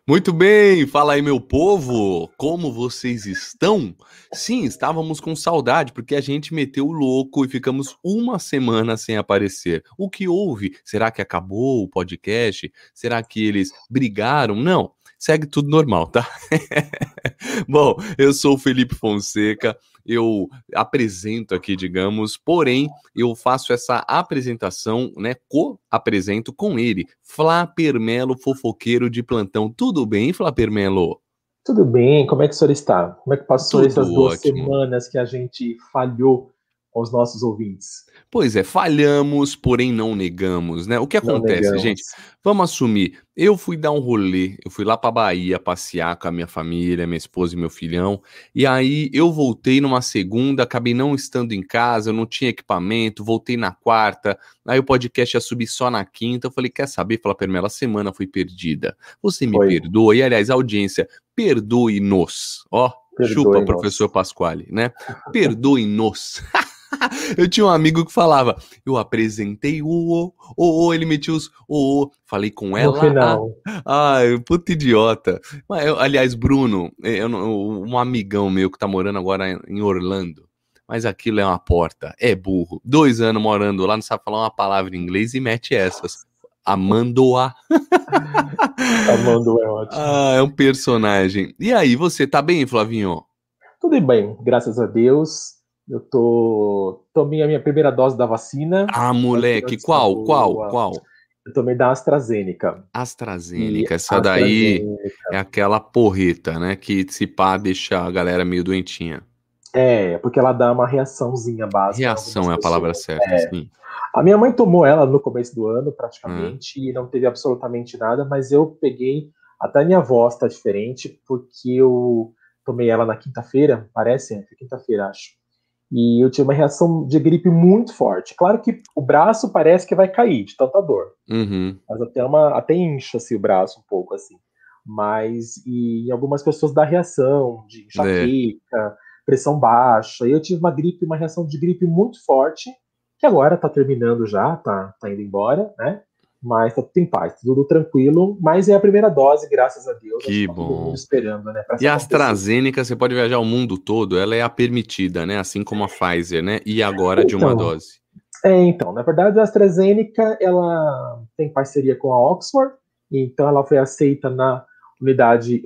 Muito bem, fala aí meu povo, como vocês estão? Sim, estávamos com saudade porque a gente meteu o louco e ficamos uma semana sem aparecer. O que houve? Será que acabou o podcast? Será que eles brigaram? Não, segue tudo normal, tá? Bom, eu sou o Felipe Fonseca, eu apresento aqui, digamos, porém eu faço essa apresentação, né, co-apresento com ele, Flaper Melo, fofoqueiro de plantão. Tudo bem, Flaper Melo? Tudo bem, como é que o senhor está? Como é que passou essas Tudo 2 ótimo. semanas que a gente falhou com os nossos ouvintes? Pois é, falhamos, porém não negamos, né? O que Não acontece, gente? negamos. Vamos assumir. Eu fui dar um rolê, eu fui lá pra Bahia passear com a minha família, minha esposa e meu filhão. E aí eu voltei numa segunda, acabei não estando em casa, eu não tinha equipamento, voltei na quarta. Aí o podcast ia subir só na quinta. Eu falei, quer saber? Fala, Permela, a semana foi perdida. Você me Foi. perdoa? E aliás, audiência, perdoe-nos. Ó, chupa, Perdoe-nos. professor Pasquale, né? Perdoe-nos. Eu tinha um amigo que falava, eu apresentei ele metia os falei com No ela, final. puta idiota. Mas aliás, Bruno, um amigão meu que tá morando agora em Orlando, mas aquilo é uma porta, é burro. 2 anos morando lá, não sabe falar uma palavra em inglês e mete essas. Amandoá. Amando é ótimo. É um personagem. E aí, você tá bem, Flavinho? Tudo bem, graças a Deus. Eu tomei a minha primeira dose da vacina. Moleque, Antes está boa. qual? Eu tomei da AstraZeneca. E AstraZeneca, essa a daí AstraZeneca é aquela porreta, né? Que se pá deixa a galera meio doentinha. porque ela dá uma reaçãozinha básica em algumas Reação é a palavra pessoas. certa, sim. A minha mãe tomou ela no começo do ano, É. praticamente, e não teve absolutamente nada, mas eu peguei, até minha voz tá diferente, porque eu tomei ela na quinta-feira, parece, foi quinta-feira, acho. E eu tive uma reação de gripe muito forte. Claro que o braço parece que vai cair de tanta dor, Uhum. mas até incha-se o braço um pouco, assim. Mas em algumas pessoas dá reação de É. enxaqueca, pressão baixa. E eu tive uma reação de gripe muito forte, que agora tá terminando já, tá indo embora, né? Mas tá tudo em paz, tudo tranquilo. Mas é a primeira dose, graças a Deus. Acho Que que tá todo mundo bom. esperando, né, pra E isso a acontecer. AstraZeneca, você pode viajar o mundo todo, ela é a permitida, né? Assim como a Pfizer, né? E agora de uma Então, dose. na verdade, a AstraZeneca, ela tem parceria com a Oxford, então ela foi aceita na unidade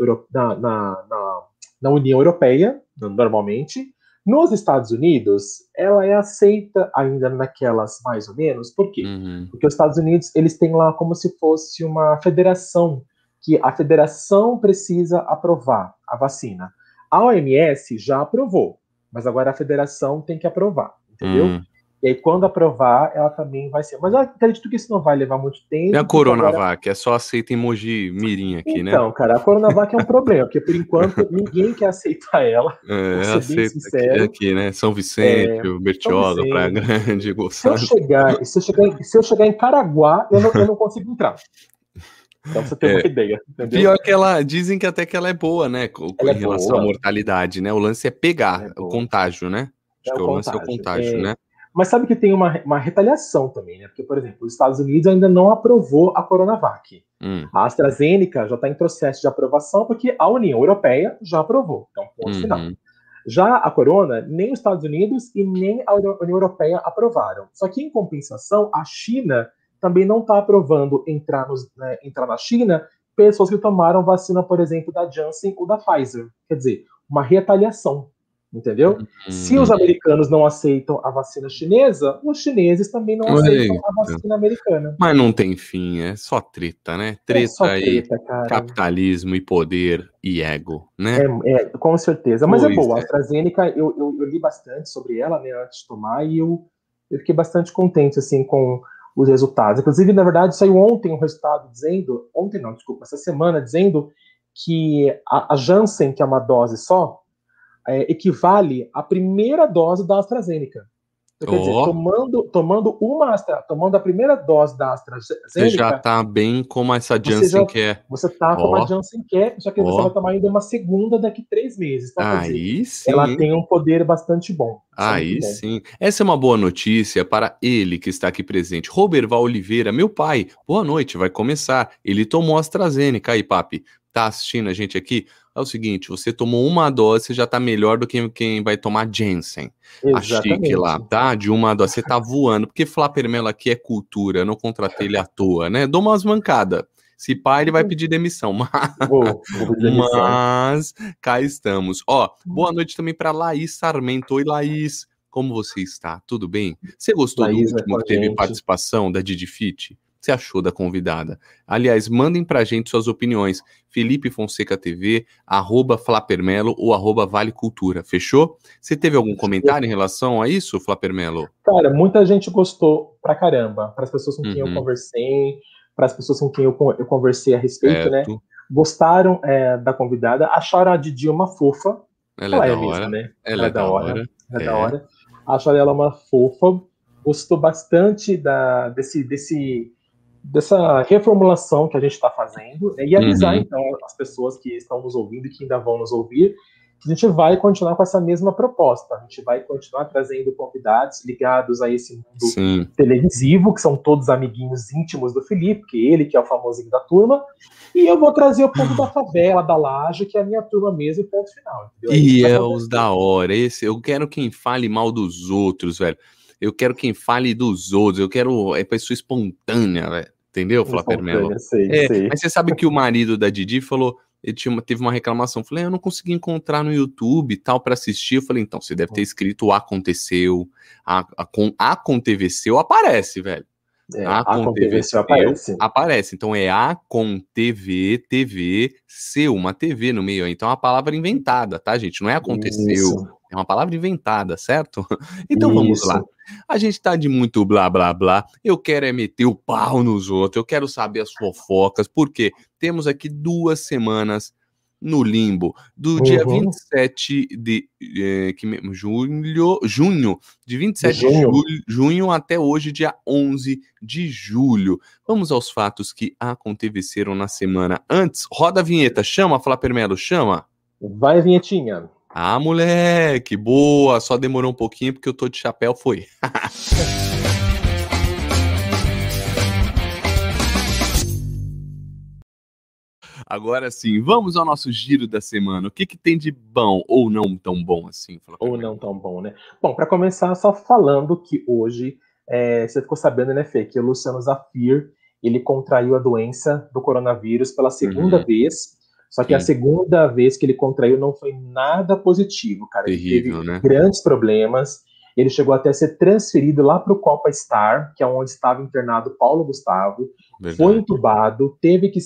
na União Europeia, normalmente. Nos Estados Unidos, ela é aceita ainda naquelas mais ou menos, por quê? Uhum. Porque os Estados Unidos, eles têm lá como se fosse uma federação, que a federação precisa aprovar a vacina. A OMS já aprovou, mas agora a federação tem que aprovar, entendeu? Hum. E aí, quando aprovar, ela também vai ser. Mas eu acredito que isso não vai levar muito E a tempo, porque agora. Coronavac? É só aceita emoji mirim aqui, né? Então, cara, a Coronavac é um problema, porque por enquanto ninguém quer aceitar ela, vou É, ser bem aceita aqui, sincero. aqui, né? São Vicente, São Bertioga, Praia Vicente. Grande, Se eu Goçante. chegar, se eu chegar em Caraguá, eu não consigo entrar. Então, pra você ter uma ideia, entendeu? Pior que ela, dizem que até que ela é boa, né, Ela é em relação à boa, mortalidade, né? O lance é ela é pegar o boa. contágio, né? Acho É que o o lance é o contágio. contágio, né? Mas sabe que tem uma retaliação também, né? Porque, por exemplo, os Estados Unidos ainda não aprovou a Coronavac. Hum, A AstraZeneca já está em processo de aprovação porque a União Europeia já aprovou. Então, ponto final. uhum, Já a Corona, nem os Estados Unidos e nem a União Europeia aprovaram. Só que, em compensação, a China também não está aprovando entrar na China pessoas que tomaram vacina, por exemplo, da Janssen ou da Pfizer. Quer dizer, uma retaliação, entendeu? Se uhum. os americanos não aceitam a vacina chinesa, os chineses também não aceitam a Eita. vacina americana. Mas não tem fim, é só treta, né? É só Treta e treta, cara. capitalismo e poder e ego, né? Com certeza. Mas é Pois boa. A é. AstraZeneca, eu li bastante sobre ela, né, antes de tomar, e eu fiquei bastante contente, assim, com os resultados. Inclusive, na verdade, saiu ontem um resultado dizendo, ontem não, desculpa, essa semana, dizendo que a Janssen, que é uma dose só, equivale à primeira dose da AstraZeneca. Quer dizer, tomando a primeira dose da Você já AstraZeneca, tá bem como essa você Janssen quer. você tá como a Janssen quer, só que você vai Ó. tomar ainda uma segunda daqui 3 meses. Então, quer dizer, Aí sim, ela hein? tem um poder bastante bom. Isso é muito Aí bom. sim. Essa é uma boa notícia para ele que está aqui presente. Roberval Oliveira, meu pai. Boa noite, vai começar. Ele tomou AstraZeneca. Aí, papi, tá assistindo a gente aqui? É o seguinte, você tomou uma dose, você já tá melhor do que quem vai tomar Janssen. A chique lá, Exatamente. tá? De uma dose. Você tá voando. Porque Flapermelo aqui é cultura, eu não contratei ele à toa, né? Dou umas mancadas. Se pá, ele vai pedir demissão. Vou pedir demissão. Mas cá estamos. Ó, boa noite também para Laís Sarmento. Oi, Laís. Como você está? Tudo bem? Você gostou do Laís, né, com último a que teve gente. participação da Didi Fit? O que você achou da convidada? Aliás, mandem pra gente suas opiniões. Felipe Fonseca TV, @Flapermelo ou @Vale Cultura. Fechou? Você teve algum comentário em relação a isso, Flapermelo? Cara, muita gente gostou pra caramba. Para as pessoas com quem eu Uhum, conversei, para as pessoas com quem eu conversei a respeito, né? certo. Gostaram da convidada, acharam a Didi uma fofa. Ela é Ela é da mesmo, hora. né? Ela Ela é é da da hora. hora. Ela é da É. hora. Acharam ela uma fofa. Gostou bastante dessa reformulação que a gente está fazendo, né? E avisar, Uhum. então, as pessoas que estão nos ouvindo e que ainda vão nos ouvir, que a gente vai continuar com essa mesma proposta. A gente vai continuar trazendo convidados ligados a esse mundo Sim. televisivo, que são todos amiguinhos íntimos do Felipe, que ele que é o famosinho da turma, e eu vou trazer o povo da favela, da laje, que é a minha turma mesmo, e ponto final. Entendeu? A gente E vai é os conversar. da hora. Esse, eu quero quem fale mal dos outros, velho. Eu quero quem fale dos outros. Eu quero pessoa espontânea, velho. Entendeu, Flapermelo? Espontânea, sei, É, sei. mas você sabe que o marido da Didi falou, teve uma reclamação. Falei, eu não consegui encontrar no YouTube e tal pra assistir. Eu falei, então, você deve ter escrito aconteceu, aconteceu, aparece, velho. Aconteceu, Aconteceu, aparece. aparece. Então é A com TV, seu, uma TV no meio. Então é uma palavra inventada, tá, gente? Não é aconteceu. Isso, É uma palavra inventada, certo? Então vamos lá. isso. A gente tá de muito blá blá blá. Eu quero é meter o pau nos outros. Eu quero saber as fofocas. Porque temos aqui 2 semanas no limbo. Do dia Uhum. 27 de junho, de 27 De de junho. junho até hoje, dia 11 de julho. Vamos aos fatos que aconteceram na semana antes. Roda a vinheta. Chama, Flapermelo, chama. Vai, vinhetinha. Ah, moleque, boa. Só demorou um pouquinho porque eu tô de chapéu, foi. Agora sim, vamos ao nosso giro da semana. O que tem de bom ou não tão bom assim? Ou não tão bom, né? Bom, para começar, só falando que hoje, você ficou sabendo, né, Fê, que o Luciano Zafir, ele contraiu a doença do coronavírus pela segunda Uhum, vez, só que a sim, segunda vez que ele contraiu não foi nada positivo, cara. Ele teve terrível, né? grandes problemas, ele chegou até a ser transferido lá para o Copa Star, que é onde estava internado Paulo Gustavo, foi Verdade. entubado, teve que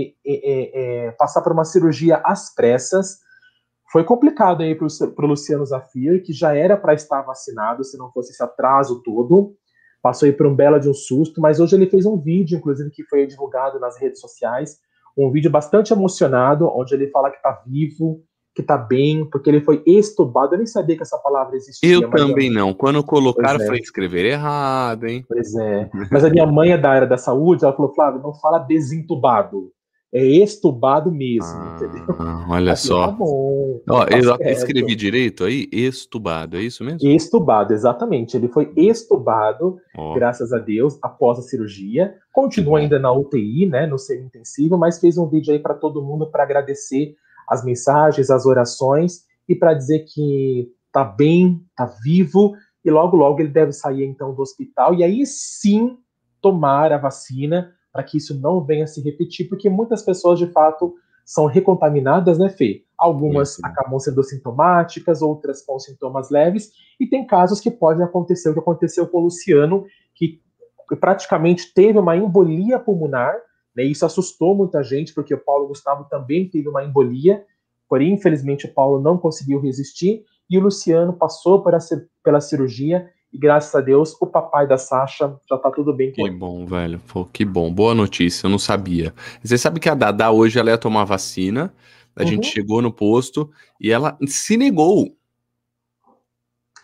passar por uma cirurgia às pressas. Foi complicado aí para o Luciano Zafir, que já era para estar vacinado, se não fosse esse atraso todo. Passou aí por um belo de um susto, mas hoje ele fez um vídeo, inclusive, que foi divulgado nas redes sociais, um vídeo bastante emocionado, onde ele fala que está vivo, que está bem, porque ele foi estubado. Eu nem sabia que essa palavra existia, Eu mas também não. Quando pois colocaram, eu é, falei, escrever errado, hein? pois é. Mas a minha mãe é da área da saúde, ela falou, Flávio, não fala desentubado, é estubado mesmo, entendeu? Olha Aí eu falei, tá só. bom, Ó, tá eu certo. escrevi direito aí? Estubado, é isso mesmo? Estubado, exatamente. Ele foi estubado, Ó, graças a Deus, após a cirurgia. que Continua bom. ainda na UTI, né, no semi-intensivo, mas fez um vídeo aí para todo mundo para agradecer as mensagens, as orações e para dizer que tá bem, tá vivo e logo logo ele deve sair então do hospital e aí sim tomar a vacina para que isso não venha a se repetir, porque muitas pessoas de fato são recontaminadas, né, Fê? Algumas Muito bom. acabam sendo sintomáticas, outras com sintomas leves, e tem casos que podem acontecer, o que aconteceu com o Luciano, que praticamente teve uma embolia pulmonar, né? Isso assustou muita gente, porque o Paulo Gustavo também teve uma embolia, porém, infelizmente, o Paulo não conseguiu resistir, e o Luciano passou pela cirurgia, e graças a Deus, o papai da Sasha já tá tudo bem com Que ele. bom, velho. Pô, que bom. Boa notícia, eu não sabia. Você sabe que a Dadá hoje ela ia tomar vacina. A gente Uhum. chegou no posto e ela se negou.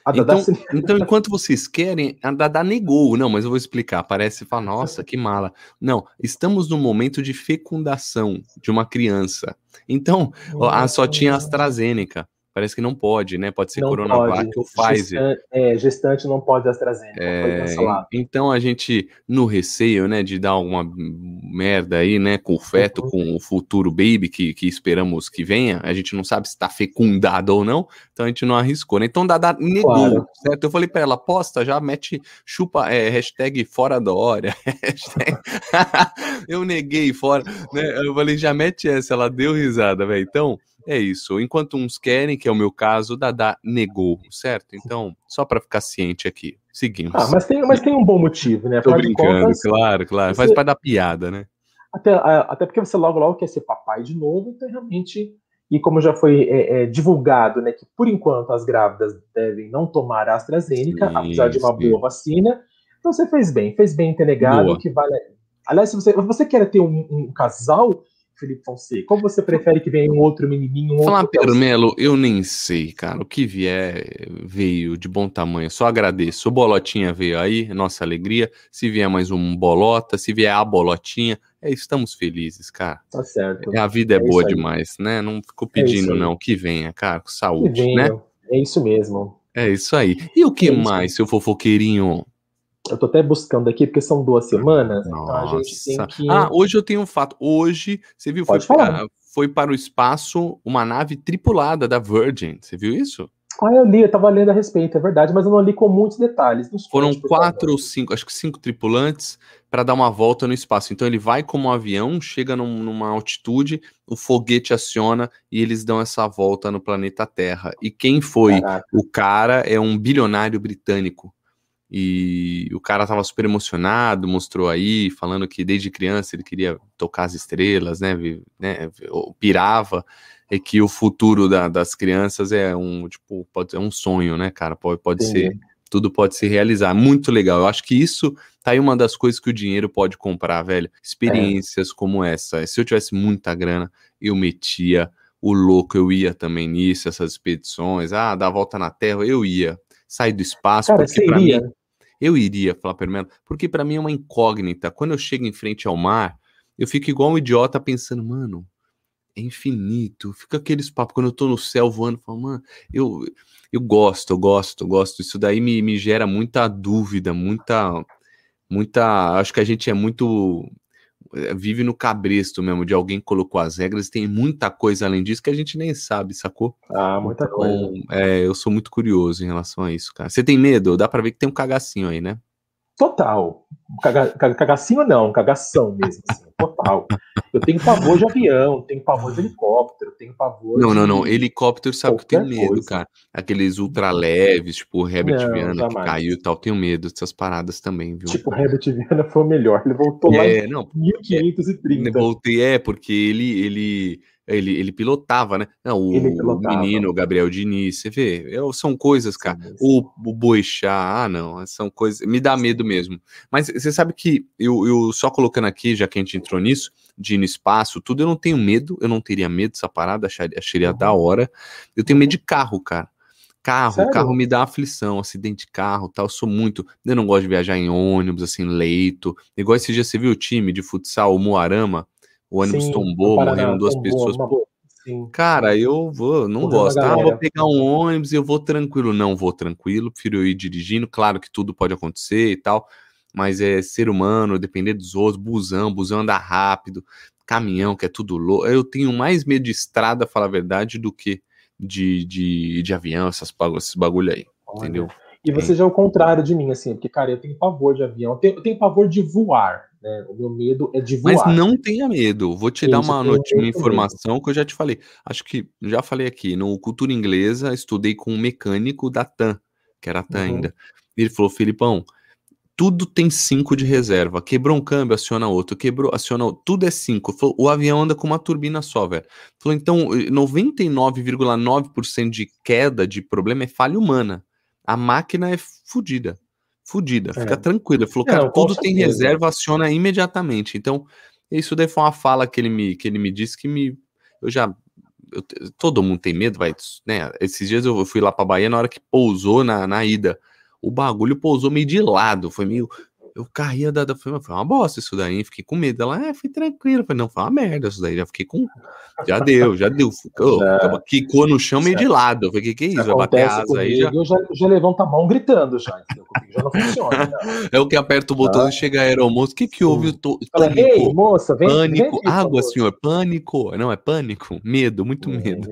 A Dada Então, enquanto vocês querem, a Dada negou. Não, mas eu vou explicar. Parece, fala, nossa, que mala. Não, estamos no momento de fecundação de uma criança. Então, só tinha AstraZeneca. Parece que não pode, né? Pode ser Não Coronavac pode. ou Pfizer. Gestante não pode AstraZeneca. Foi cancelado. Então a gente, no receio, né, de dar alguma merda aí, né, com o feto, com o futuro baby que esperamos que venha, a gente não sabe se está fecundado ou não, então a gente não arriscou, né? Então Dada negou, Claro. certo? Eu falei para ela, posta, já mete, chupa, hashtag fora Dória, hashtag... eu neguei fora, né? Eu falei, já mete essa, ela deu risada, velho. Então, é isso. Enquanto uns querem, que é o meu caso, o Dada negou, certo? Então, só para ficar ciente aqui, seguimos. Mas tem um bom motivo, né? Tô Afinal de brincando, contas, claro. Faz parte da piada, né? Até porque você logo quer ser papai de novo, então realmente. E como já foi divulgado, né, que por enquanto as grávidas devem não tomar a AstraZeneca, apesar de uma boa vacina. Então você fez bem em ter negado, que vale. Aliás, se você quer ter um casal, Felipe Fonseca, como você prefere que venha um outro menininho? Falar, Pedro Melo, eu nem sei, cara. O que vier, veio de bom tamanho. Só agradeço. O Bolotinha veio aí, nossa alegria. Se vier mais um Bolota, se vier a Bolotinha, estamos felizes, cara. Tá certo. A vida é boa demais, né? Não fico pedindo, não. Que venha, cara, com saúde, que venha. né? É isso mesmo. É isso aí. E o que mais, seu fofoqueirinho? Eu tô até buscando aqui, porque são 2 semanas, Nossa. então a gente tem que... Hoje eu tenho um fato. Hoje, você viu, foi para o espaço uma nave tripulada da Virgin. Você viu isso? Eu tava lendo a respeito, é verdade, mas eu não li com muitos detalhes. Foram 4 ou 5, acho que 5 tripulantes para dar uma volta no espaço. Então ele vai como um avião, chega numa altitude, o foguete aciona e eles dão essa volta no planeta Terra. E quem foi? Caraca. O cara é um bilionário britânico. E o cara tava super emocionado, mostrou aí, falando que desde criança ele queria tocar as estrelas, né, pirava, e que o futuro das crianças é pode ser um sonho, né, cara, pode ser, tudo pode se realizar, muito legal, eu acho que isso tá aí uma das coisas que o dinheiro pode comprar, velho, experiências como essa. Se eu tivesse muita grana, eu metia o louco, eu ia também nisso, essas expedições, dar a volta na Terra, eu ia, sair do espaço, cara, porque pra mim... Eu iria falar para mim, porque para mim é uma incógnita. Quando eu chego em frente ao mar, eu fico igual um idiota pensando, mano, é infinito. Fica aqueles papos quando eu tô no céu voando, falo, mano, eu gosto. Isso daí me gera muita dúvida, muita. Acho que a gente é muito. Vive no cabresto mesmo, de alguém colocou as regras, e tem muita coisa além disso que a gente nem sabe, sacou? Muita coisa. Eu sou muito curioso em relação a isso, cara. Você tem medo? Dá pra ver que tem um cagacinho aí, né? Total. Cagacinho não, cagação mesmo, assim, total. Eu tenho pavor de avião, tenho pavor de helicóptero, tenho pavor Não. Helicóptero, sabe que eu tenho medo, coisa. cara. Aqueles ultra leves, tipo o Herbert Viana que caiu e tal. Tenho medo dessas paradas também, viu? Tipo, o Herbert Viana foi o melhor. Ele voltou lá em 1530. Voltei, porque ele pilotava, né? Não, o menino, o Gabriel Diniz, você vê, são coisas, cara. O Boechat, não, são coisas, me dá medo mesmo. Mas você sabe que eu só colocando aqui, já que a gente entrou nisso, de ir no espaço, tudo, eu não tenho medo, eu não teria medo dessa parada, acharia da hora. Eu tenho medo de carro, cara. Carro me dá aflição, acidente de carro, tal, eu não gosto de viajar em ônibus, assim, leito, igual esse dia, você viu o time de futsal, o Moarama, o ônibus tombou, morreram 2 pessoas, cara, eu não gosto, vou pegar um ônibus e eu vou tranquilo, não vou tranquilo, prefiro eu ir dirigindo, claro que tudo pode acontecer e tal, mas é ser humano, depender dos outros, busão anda rápido, caminhão, que é tudo louco, eu tenho mais medo de estrada, falar a verdade, do que de avião, esses bagulho aí, entendeu? E você já é o contrário de mim, assim, porque, cara, eu tenho pavor de avião, eu tenho pavor de voar, né? O meu medo é de voar. Mas não tenha medo, vou te dar uma informação que eu já te falei, acho que já falei aqui, no Cultura Inglesa, estudei com um mecânico da TAM, que era a TAM ainda, e ele falou, Felipão, tudo tem 5 de reserva. Quebrou um câmbio, aciona outro. Aciona outro. Tudo é 5. O avião anda com uma turbina só, velho. Falou, então, 99,9% de queda de problema é falha humana. A máquina é fodida. Fica tranquilo. Ele falou, cara, tudo tem reserva, aciona imediatamente. Então, isso daí foi uma fala que ele me disse que eu já todo mundo tem medo, vai, né? Esses dias eu fui lá pra Bahia, na hora que pousou na ida, o bagulho pousou meio de lado, foi meio... Eu caía foi uma bosta isso daí, fiquei com medo. Ela, foi tranquilo. Eu falei, não, foi uma merda isso daí, já fiquei com... Já deu. Quicou no chão meio de lado. Eu falei, que é isso? Vai bater asa aí já. Eu já levanto a mão gritando já, entendeu? Comigo já não funciona. Não. É o que aperta o botão e chega a aeromoça. O que houve? Fala, ei, moça, vem Pânico, aqui, água, senhor, pânico. Não, é pânico, medo, muito medo.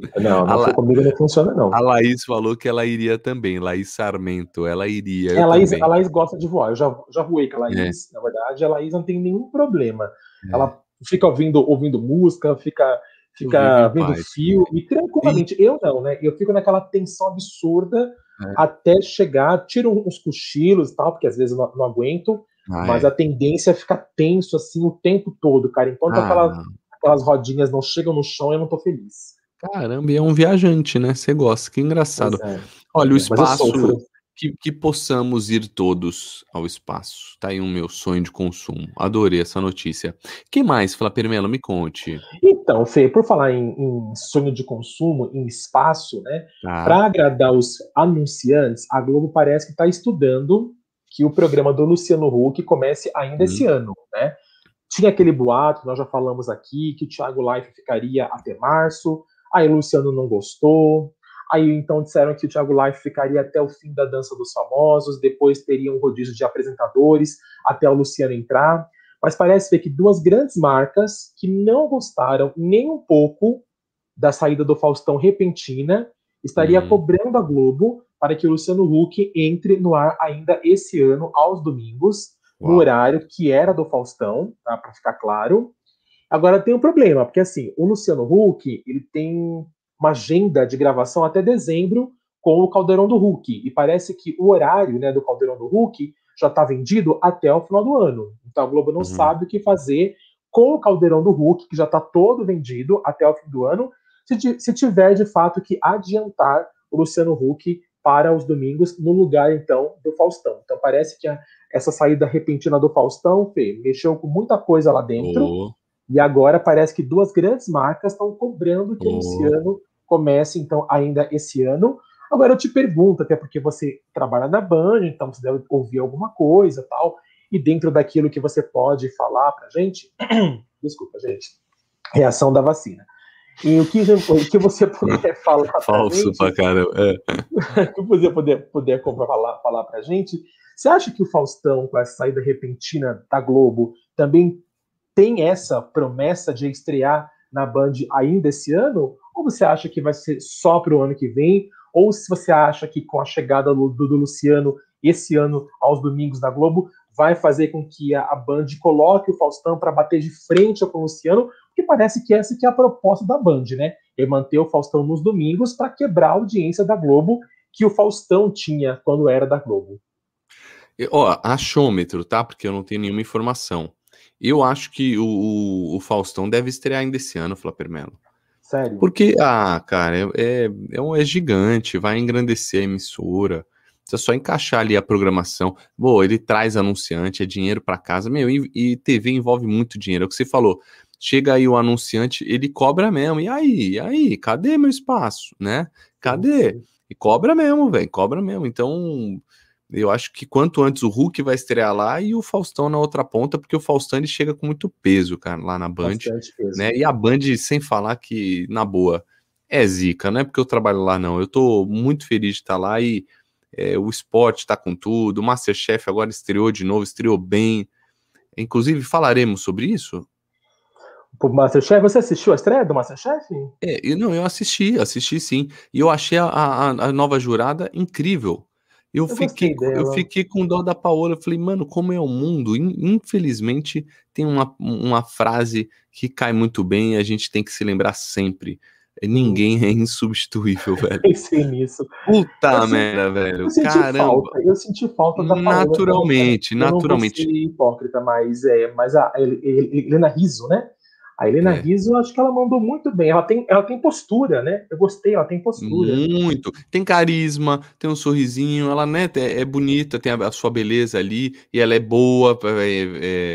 Não, comigo não funciona, não. A Laís falou que ela iria também, Laís Sarmento, ela iria. A Laís gosta de voar, eu já voei com a Laís, na verdade, a Laís não tem nenhum problema. Ela fica ouvindo música, fica vendo filme, tranquilamente. Eu não, né? Eu fico naquela tensão absurda até chegar, tiro uns cochilos e tal, porque às vezes eu não aguento, mas a tendência é ficar tenso assim o tempo todo, cara. Enquanto aquelas rodinhas não chegam no chão, eu não tô feliz. Caramba, e é um viajante, né? Você gosta, que engraçado. Olha, o espaço, que possamos ir todos ao espaço. Tá aí um meu sonho de consumo. Adorei essa notícia. Que mais, Flapermelo? Me conte. Então, Fê, por falar em sonho de consumo, em espaço, né? Para agradar os anunciantes, a Globo parece que está estudando que o programa do Luciano Huck comece ainda esse ano, né? Tinha aquele boato, nós já falamos aqui, que o Thiago Life ficaria até março, aí o Luciano não gostou, aí então disseram que o Thiago Life ficaria até o fim da Dança dos Famosos, depois teria um rodízio de apresentadores até o Luciano entrar, mas parece ser que duas grandes marcas que não gostaram nem um pouco da saída do Faustão repentina estaria cobrando a Globo para que o Luciano Huck entre no ar ainda esse ano, aos domingos, no horário que era do Faustão, tá? Para ficar claro. Agora tem um problema, porque assim, o Luciano Huck, ele tem uma agenda de gravação até dezembro com o Caldeirão do Huck, e parece que o horário, né, do Caldeirão do Huck já está vendido até o final do ano. Então a Globo não sabe o que fazer com o Caldeirão do Huck, que já está todo vendido até o fim do ano, se tiver de fato que adiantar o Luciano Huck para os domingos, no lugar então do Faustão. Então parece que essa saída repentina do Faustão, Fê, mexeu com muita coisa lá dentro, e agora parece que duas grandes marcas estão cobrando que o Luciano comece então ainda esse ano. Agora eu te pergunto, até porque você trabalha na Band, então você deve ouvir alguma coisa, tal, e dentro daquilo que você pode falar pra gente, desculpa, gente, reação da vacina. E o que você puder falar pra Falso gente, pra caramba. o que você puder falar pra gente, você acha que o Faustão, com essa saída repentina da Globo, também tem essa promessa de estrear na Band ainda esse ano? Ou você acha que vai ser só pro ano que vem? Ou se você acha que com a chegada do Luciano esse ano aos domingos na Globo, vai fazer com que a Band coloque o Faustão para bater de frente com o Luciano, porque parece que essa que é a proposta da Band, né? É manter o Faustão nos domingos para quebrar a audiência da Globo que o Faustão tinha quando era da Globo. Achômetro, tá? Porque eu não tenho nenhuma informação. Eu acho que o Faustão deve estrear ainda esse ano, Flapermelo. Sério? Porque, cara, é gigante, vai engrandecer a emissora. Precisa só encaixar ali a programação. Bom, ele traz anunciante, é dinheiro para casa. Meu, e TV envolve muito dinheiro. É o que você falou. Chega aí o anunciante, ele cobra mesmo. E aí, cadê meu espaço, né? Cadê? E cobra mesmo, velho, cobra mesmo. Então, eu acho que quanto antes o Huck vai estrear lá e o Faustão na outra ponta, porque o Faustão ele chega com muito peso, cara, lá na Band, né? E a Band, sem falar que, na boa, é zica, não é porque eu trabalho lá, não. Eu tô muito feliz de estar lá e o esporte tá com tudo, o Masterchef agora estreou de novo, estreou bem. Inclusive, falaremos sobre isso? O Masterchef, você assistiu a estreia do Masterchef? Eu assisti sim. E eu achei a nova jurada incrível. Eu fiquei com dó da Paola. Eu falei, mano, como é o mundo? Infelizmente, tem uma frase que cai muito bem e a gente tem que se lembrar sempre. Ninguém é insubstituível, velho. Pensei nisso. Puta merda, velho. Caramba. Eu senti falta da Paola. Naturalmente. Eu não vou ser hipócrita, mas a Helena Rizzo, né? A Helena Rizzo, acho que ela mandou muito bem. Ela tem postura, né? Eu gostei, ela tem postura. Muito. Tem carisma, tem um sorrisinho, ela, né, é bonita, tem a sua beleza ali, e ela é boa,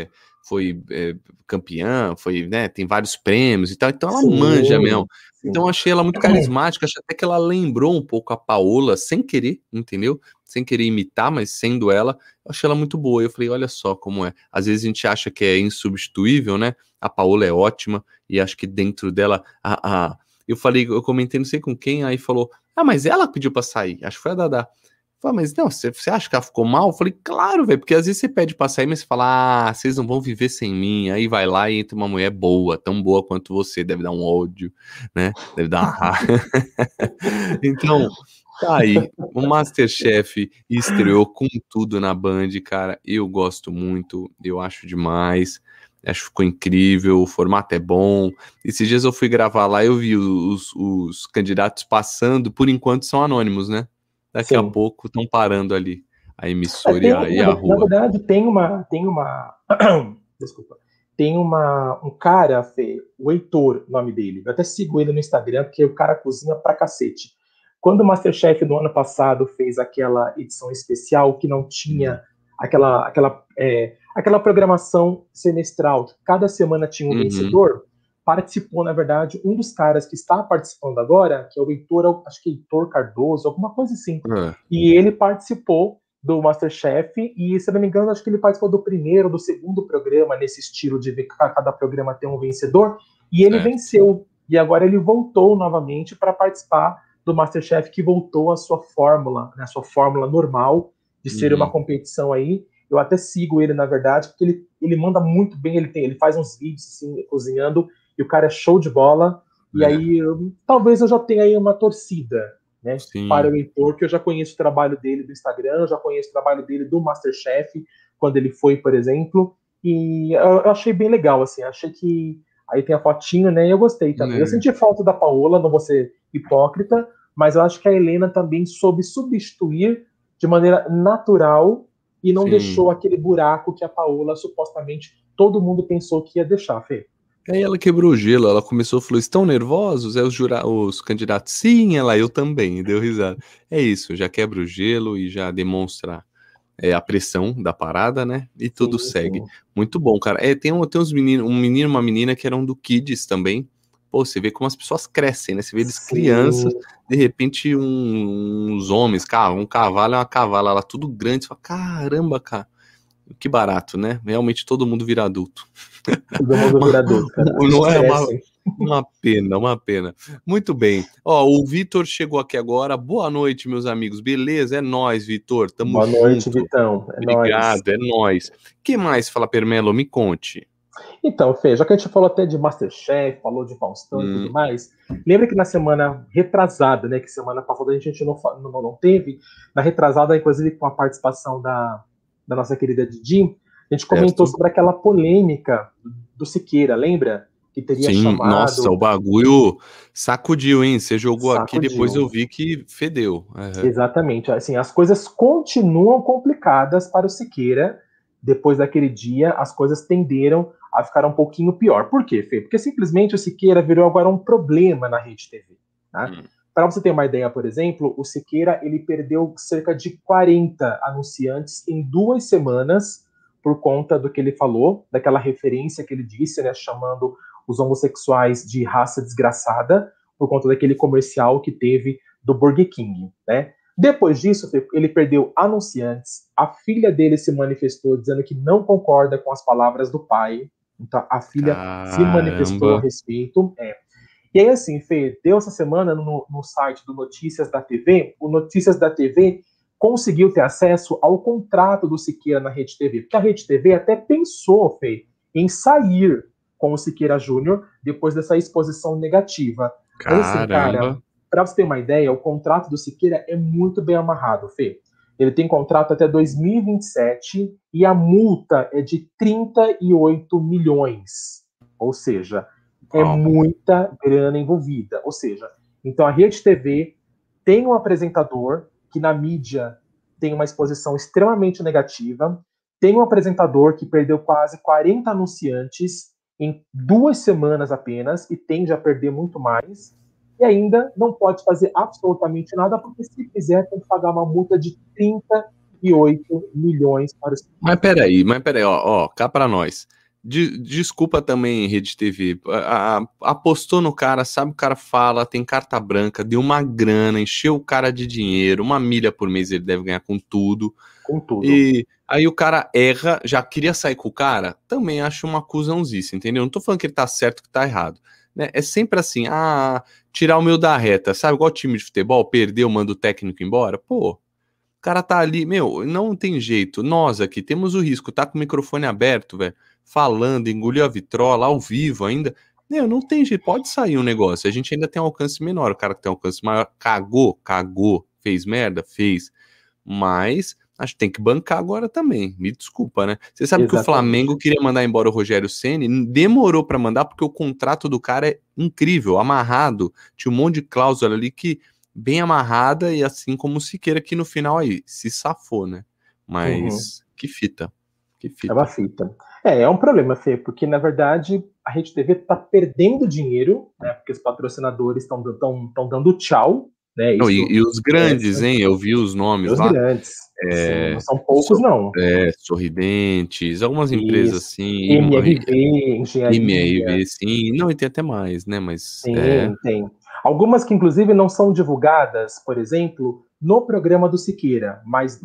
foi campeã, foi, né, tem vários prêmios e tal, então ela Sim, manja mesmo. sim. Então eu achei ela muito carismática, achei até que ela lembrou um pouco a Paola, sem querer, entendeu? Sem querer imitar, mas sendo ela, eu achei ela muito boa. Eu falei, olha só como é. Às vezes a gente acha que é insubstituível, né? A Paola é ótima, e acho que dentro dela, eu falei, eu comentei não sei com quem, aí falou, mas ela pediu pra sair, acho que foi a Dadá. Falei, mas não, você acha que ela ficou mal? Eu falei, claro, velho, porque às vezes você pede pra sair, mas você fala, vocês não vão viver sem mim. Aí vai lá e entra uma mulher boa, tão boa quanto você, deve dar um ódio, né? Deve dar uma raiva. Então, tá aí, o MasterChef estreou com tudo na Band, cara, eu gosto muito, eu acho demais, acho que ficou incrível, o formato é bom. Esses dias eu fui gravar lá, eu vi os candidatos passando, por enquanto são anônimos, né? Daqui a Sim. pouco estão parando ali a emissora e a Na rua. verdade, desculpa. Um cara, Fê, o Heitor, o nome dele. Eu até sigo ele no Instagram, porque o cara cozinha pra cacete. Quando o MasterChef no ano passado fez aquela edição especial que não tinha aquela programação semestral, cada semana tinha um vencedor, participou, na verdade, um dos caras que está participando agora, que é o Heitor, acho que Heitor Cardoso, alguma coisa assim. E ele participou do MasterChef, e se não me engano, acho que ele participou do primeiro ou do segundo programa, nesse estilo de ver cada programa ter um vencedor, e ele venceu. E agora ele voltou novamente para participar do MasterChef, que voltou à sua fórmula, né, a sua fórmula normal de ser uma competição aí. Eu até sigo ele, na verdade, porque ele manda muito bem, ele faz uns vídeos assim, cozinhando, e o cara é show de bola. E aí, talvez eu já tenha aí uma torcida, né, para o Heitor, que eu já conheço o trabalho dele do Instagram, já conheço o trabalho dele do MasterChef, quando ele foi, por exemplo, e eu achei bem legal, assim, achei que aí tem a fotinho, né, e eu gostei também. Eu senti falta da Paola, não vou ser hipócrita, mas eu acho que a Helena também soube substituir de maneira natural e não deixou aquele buraco que a Paola supostamente todo mundo pensou que ia deixar, Fê. Aí ela quebrou o gelo, ela começou, falou, estão nervosos? Aí os candidatos, sim, ela, eu também, e deu risada. É isso, já quebra o gelo e já demonstra a pressão da parada, né? E tudo segue. Muito bom, cara. Tem uns meninos, um menino e uma menina que eram do Kids também. Pô, você vê como as pessoas crescem, né? Você vê eles crianças, de repente uns homens, um cavalo é uma cavala, ela tudo grande, você fala, caramba, cara. Que barato, né? Realmente todo mundo vira adulto. Todo mundo vira adulto, cara. Não é uma pena, uma pena. Muito bem. Ó, o Vitor chegou aqui agora. Boa noite, meus amigos. Beleza? É nóis, Vitor. Tamo Boa junto. noite, Vitão. É Obrigado, nóis. é nóis. O que mais, Fala Permelo? Me conte. Então, Fê, já que a gente falou até de MasterChef, falou de Faustão e tudo mais, lembra que na semana retrasada, né, que semana passada a gente não teve, na retrasada, inclusive com a participação da nossa querida Didi, a gente comentou sobre aquela polêmica do Siqueira, lembra? Que teria chamado... Nossa, o bagulho sacudiu, hein? Você jogou aqui, depois eu vi que fedeu. Exatamente. Assim, as coisas continuam complicadas para o Siqueira. Depois daquele dia, as coisas tenderam a ficar um pouquinho pior. Por quê, Fê? Porque simplesmente o Siqueira virou agora um problema na Rede TV. Tá? Para você ter uma ideia, por exemplo, o Siqueira ele perdeu cerca de 40 anunciantes em 2 semanas por conta do que ele falou, daquela referência que ele disse, né, chamando os homossexuais de raça desgraçada, por conta daquele comercial que teve do Burger King, né? Depois disso, ele perdeu anunciantes, a filha dele se manifestou dizendo que não concorda com as palavras do pai, então a filha se manifestou a respeito. E aí, assim, Fê, deu essa semana no site do Notícias da TV, o Notícias da TV conseguiu ter acesso ao contrato do Siqueira na Rede TV, porque a Rede TV até pensou, Fê, em sair com o Siqueira Júnior depois dessa exposição negativa. Mas assim, cara, para você ter uma ideia, o contrato do Siqueira é muito bem amarrado, Fê. Ele tem contrato até 2027 e a multa é de 38 milhões. Ou seja, é muita grana envolvida. Ou seja, então a Rede TV tem um apresentador que na mídia tem uma exposição extremamente negativa, tem um apresentador que perdeu quase 40 anunciantes em 2 semanas apenas e tende a perder muito mais, e ainda não pode fazer absolutamente nada, porque se fizer tem que pagar uma multa de 38 milhões para os... Mas peraí, ó, cá pra nós. Desculpa também, Rede TV. Apostou no cara, sabe o cara fala, tem carta branca, deu uma grana, encheu o cara de dinheiro, 1 milha por mês ele deve ganhar com tudo. Com tudo. E aí o cara erra, já queria sair com o cara, também acho uma acusãozice, entendeu? Não tô falando que ele tá certo, que tá errado. Né? É sempre assim, tirar o meu da reta, sabe? Igual time de futebol, perdeu, manda o técnico embora. Pô, o cara tá ali, não tem jeito. Nós aqui temos o risco, tá com o microfone aberto, velho, falando, engoliu a vitrola, ao vivo ainda. Não tem jeito, pode sair um negócio. A gente ainda tem um alcance menor, o cara que tem um alcance maior, cagou, fez merda, fez. Mas acho que tem que bancar agora também, me desculpa, né? Você sabe que o Flamengo queria mandar embora o Rogério Ceni, demorou pra mandar porque o contrato do cara é incrível, amarrado, tinha um monte de cláusula ali que bem amarrada, e assim como o Siqueira, que no final aí se safou, né? Mas que fita. É uma fita. É um problema, Fê, porque na verdade a Rede TV tá perdendo dinheiro, né? Porque os patrocinadores estão dando tchau, né? Não, e os grandes, hein? Eu vi os nomes os lá. Grandes. Sim, não são poucos, não. Sorridentes, algumas empresas assim. MRV, Engenharia. MRV, sim. Não, e tem até mais, né? Mas. Tem. Algumas que, inclusive, não são divulgadas, por exemplo, no programa do Siqueira, mas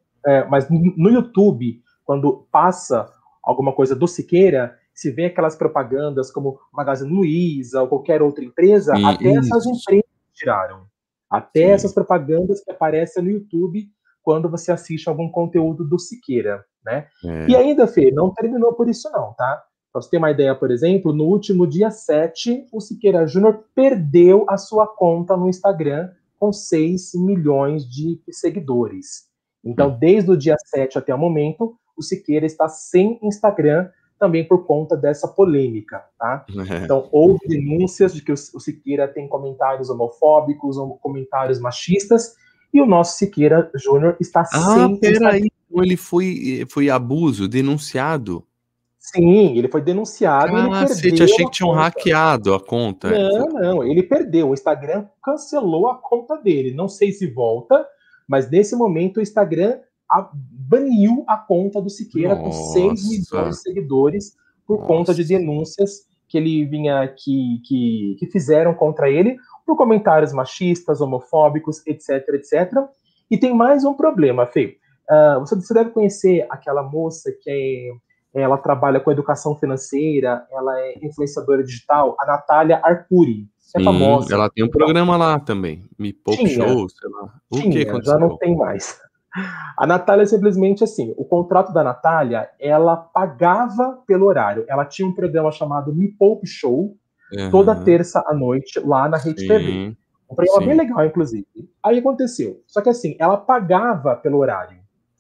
no YouTube, quando passa alguma coisa do Siqueira, se vê aquelas propagandas como Magazine Luiza ou qualquer outra empresa, até essas empresas tiraram. Até essas propagandas que aparecem no YouTube quando você assiste algum conteúdo do Siqueira, né? E ainda, Fê, não terminou por isso não, tá? Para você ter uma ideia, por exemplo, no último dia 7, o Siqueira Júnior perdeu a sua conta no Instagram com 6 milhões de seguidores. Então, desde o dia 7 até o momento, o Siqueira está sem Instagram, também por conta dessa polêmica, tá? Então, houve denúncias de que o Siqueira tem comentários homofóbicos ou comentários machistas, e o nosso Siqueira Júnior está sem Instagram. Peraí, então ele foi abuso, denunciado? Sim, ele foi denunciado e ele perdeu. Achei que tinham hackeado a conta. Não, ele perdeu. O Instagram cancelou a conta dele. Não sei se volta, mas nesse momento o Instagram baniu a conta do Siqueira com 6 milhões de seguidores por conta de denúncias que ele vinha que fizeram contra ele por comentários machistas, homofóbicos, etc, etc. E tem mais um problema, Fê. Você deve conhecer aquela moça que ela trabalha com educação financeira, ela é influenciadora digital, a Natália Arcuri. É famosa. Ela tem um programa lá também, Me Poupe Show, sei lá. O que aconteceu? Já não tem mais. A Natália simplesmente assim, o contrato da Natália, ela pagava pelo horário. Ela tinha um programa chamado Me Poupe Show, toda terça à noite, lá na Rede TV. Um programa bem legal, inclusive. Aí aconteceu. Só que assim, ela pagava pelo horário.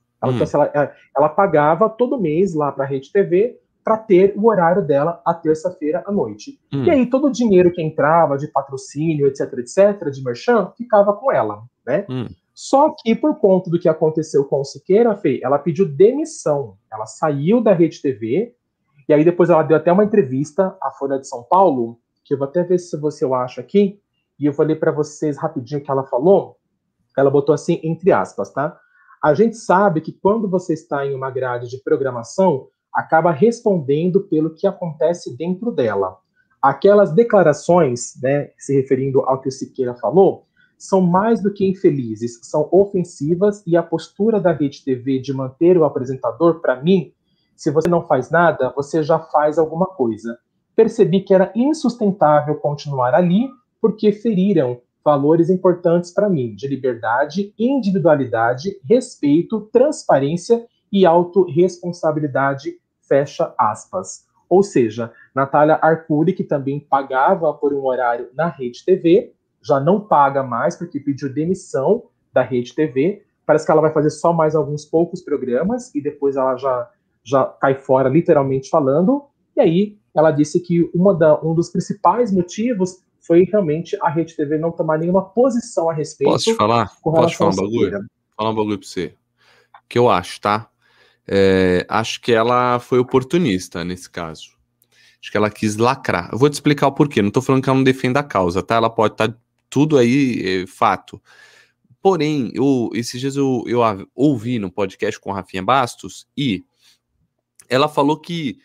Ela pagava todo mês lá para a Rede TV para ter o horário dela à terça-feira à noite. E aí todo o dinheiro que entrava de patrocínio, etc, etc, de merchan, ficava com ela, né? Só que por conta do que aconteceu com o Siqueira, Fê, ela pediu demissão. Ela saiu da Rede TV e aí depois ela deu até uma entrevista à Folha de São Paulo, que eu vou até ver se eu acho aqui, e eu vou ler para vocês rapidinho o que ela falou. Ela botou assim, entre aspas, tá? A gente sabe que quando você está em uma grade de programação, acaba respondendo pelo que acontece dentro dela. Aquelas declarações, né, se referindo ao que o Siqueira falou, são mais do que infelizes, são ofensivas, e a postura da Rede TV de manter o apresentador, para mim, se você não faz nada, você já faz alguma coisa. Percebi que era insustentável continuar ali, porque feriram valores importantes para mim, de liberdade, individualidade, respeito, transparência e autorresponsabilidade, fecha aspas. Ou seja, Natália Arcuri, que também pagava por um horário na Rede TV, já não paga mais porque pediu demissão da Rede TV. Parece que ela vai fazer só mais alguns poucos programas e depois ela já cai fora, literalmente falando. E aí ela disse que um dos principais motivos foi realmente a Rede TV não tomar nenhuma posição a respeito. Posso te falar? Posso te falar um bagulho? Falar um bagulho pra você. Que eu acho, tá? Acho que ela foi oportunista nesse caso. Acho que ela quis lacrar. Eu vou te explicar o porquê. Não tô falando que ela não defenda a causa, tá? Ela pode estar tudo aí, fato. Porém, esses dias eu ouvi no podcast com a Rafinha Bastos e ela falou que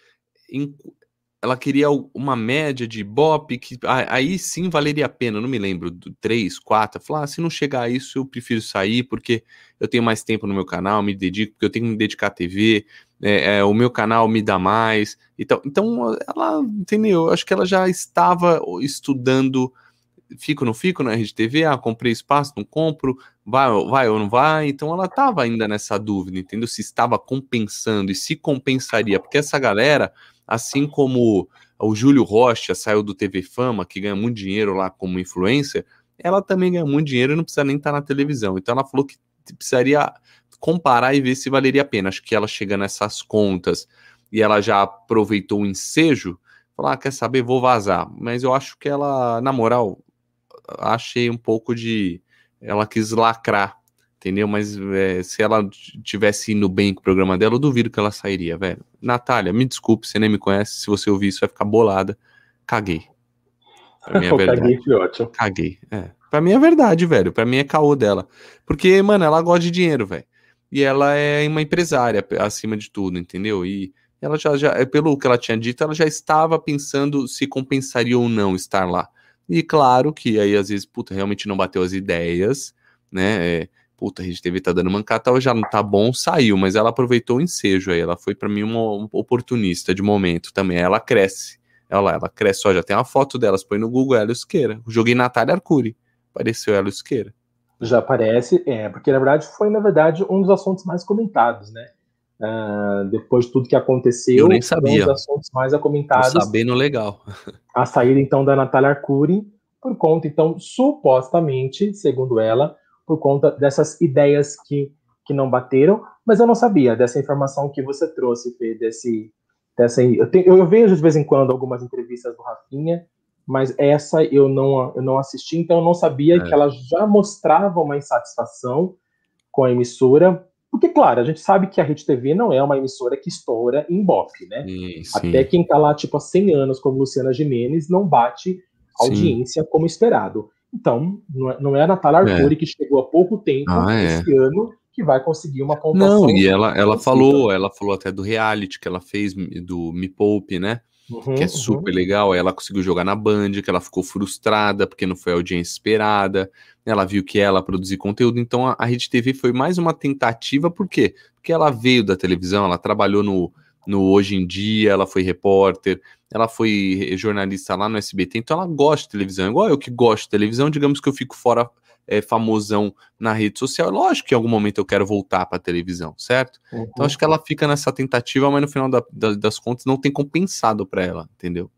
ela queria uma média de Ibope que aí sim valeria a pena, não me lembro, 3, 4. Falar, se não chegar a isso, eu prefiro sair, porque eu tenho mais tempo no meu canal, me dedico, porque eu tenho que me dedicar à TV, o meu canal me dá mais. Então ela, entendeu? Acho que ela já estava estudando, fico ou não fico na Rede TV, comprei espaço, não compro, vai ou não vai. Então ela estava ainda nessa dúvida, entendeu? Se estava compensando e se compensaria, porque essa galera, assim como o Júlio Rocha saiu do TV Fama, que ganha muito dinheiro lá como influencer, ela também ganha muito dinheiro e não precisa nem estar na televisão. Então ela falou que precisaria comparar e ver se valeria a pena. Acho que ela chega nessas contas e ela já aproveitou o ensejo, falar, quer saber, vou vazar. Mas eu acho que ela, na moral, achei um pouco de... Ela quis lacrar, entendeu? Mas se ela tivesse indo bem com o programa dela, eu duvido que ela sairia, velho. Natália, me desculpe, você nem me conhece, se você ouvir isso vai ficar bolada. Caguei. Pra mim é verdade. Caguei, foi ótimo. Caguei, Pra mim é verdade, velho. Pra mim é caô dela. Porque, mano, ela gosta de dinheiro, velho. E ela é uma empresária, acima de tudo, entendeu? E ela já, pelo que ela tinha dito, ela já estava pensando se compensaria ou não estar lá. E claro que aí, às vezes, puta, realmente não bateu as ideias, né? Puta, a Rede TV tá dando mancata, já não tá bom, saiu, mas ela aproveitou o ensejo aí. Ela foi pra mim uma oportunista de momento também. Ela cresce. Ela cresce, ó, já tem uma foto delas, põe no Google, Hélio Siqueira. Joguei Natália Arcuri. Apareceu Hélio Siqueira. Já aparece, porque na verdade foi, um dos assuntos mais comentados, né? Depois de tudo que aconteceu, Eu nem foi um dos sabia. assuntos mais Tô comentados. sabendo legal. A saída, então, da Natália Arcuri, por conta, então, supostamente, segundo ela, por conta dessas ideias que não bateram, mas eu não sabia dessa informação que você trouxe, Fê, eu vejo de vez em quando algumas entrevistas do Rafinha, mas essa eu não assisti, então eu não sabia que ela já mostrava uma insatisfação com a emissora, porque, claro, a gente sabe que a Rede TV não é uma emissora que estoura em Ibope, né? Sim. Até quem tá lá, tipo, há 100 anos, como Luciana Gimenez, não bate audiência como esperado. Então, não é a Natália Arcuri, que chegou há pouco tempo, esse ano, que vai conseguir uma pontuação. Não, e ela falou até do reality que ela fez, do Me Poupe, né? Que é super legal. Ela conseguiu jogar na Band, que ela ficou frustrada porque não foi a audiência esperada. Ela viu que ela produzir conteúdo. Então a Rede TV foi mais uma tentativa, por quê? Porque ela veio da televisão, ela trabalhou no Hoje em Dia, ela foi repórter, ela foi jornalista lá no SBT, então ela gosta de televisão. Igual eu que gosto de televisão, digamos que eu fico fora famosão na rede social. Lógico que em algum momento eu quero voltar para a televisão, certo? Então acho que ela fica nessa tentativa, mas no final das contas não tem compensado para ela, entendeu?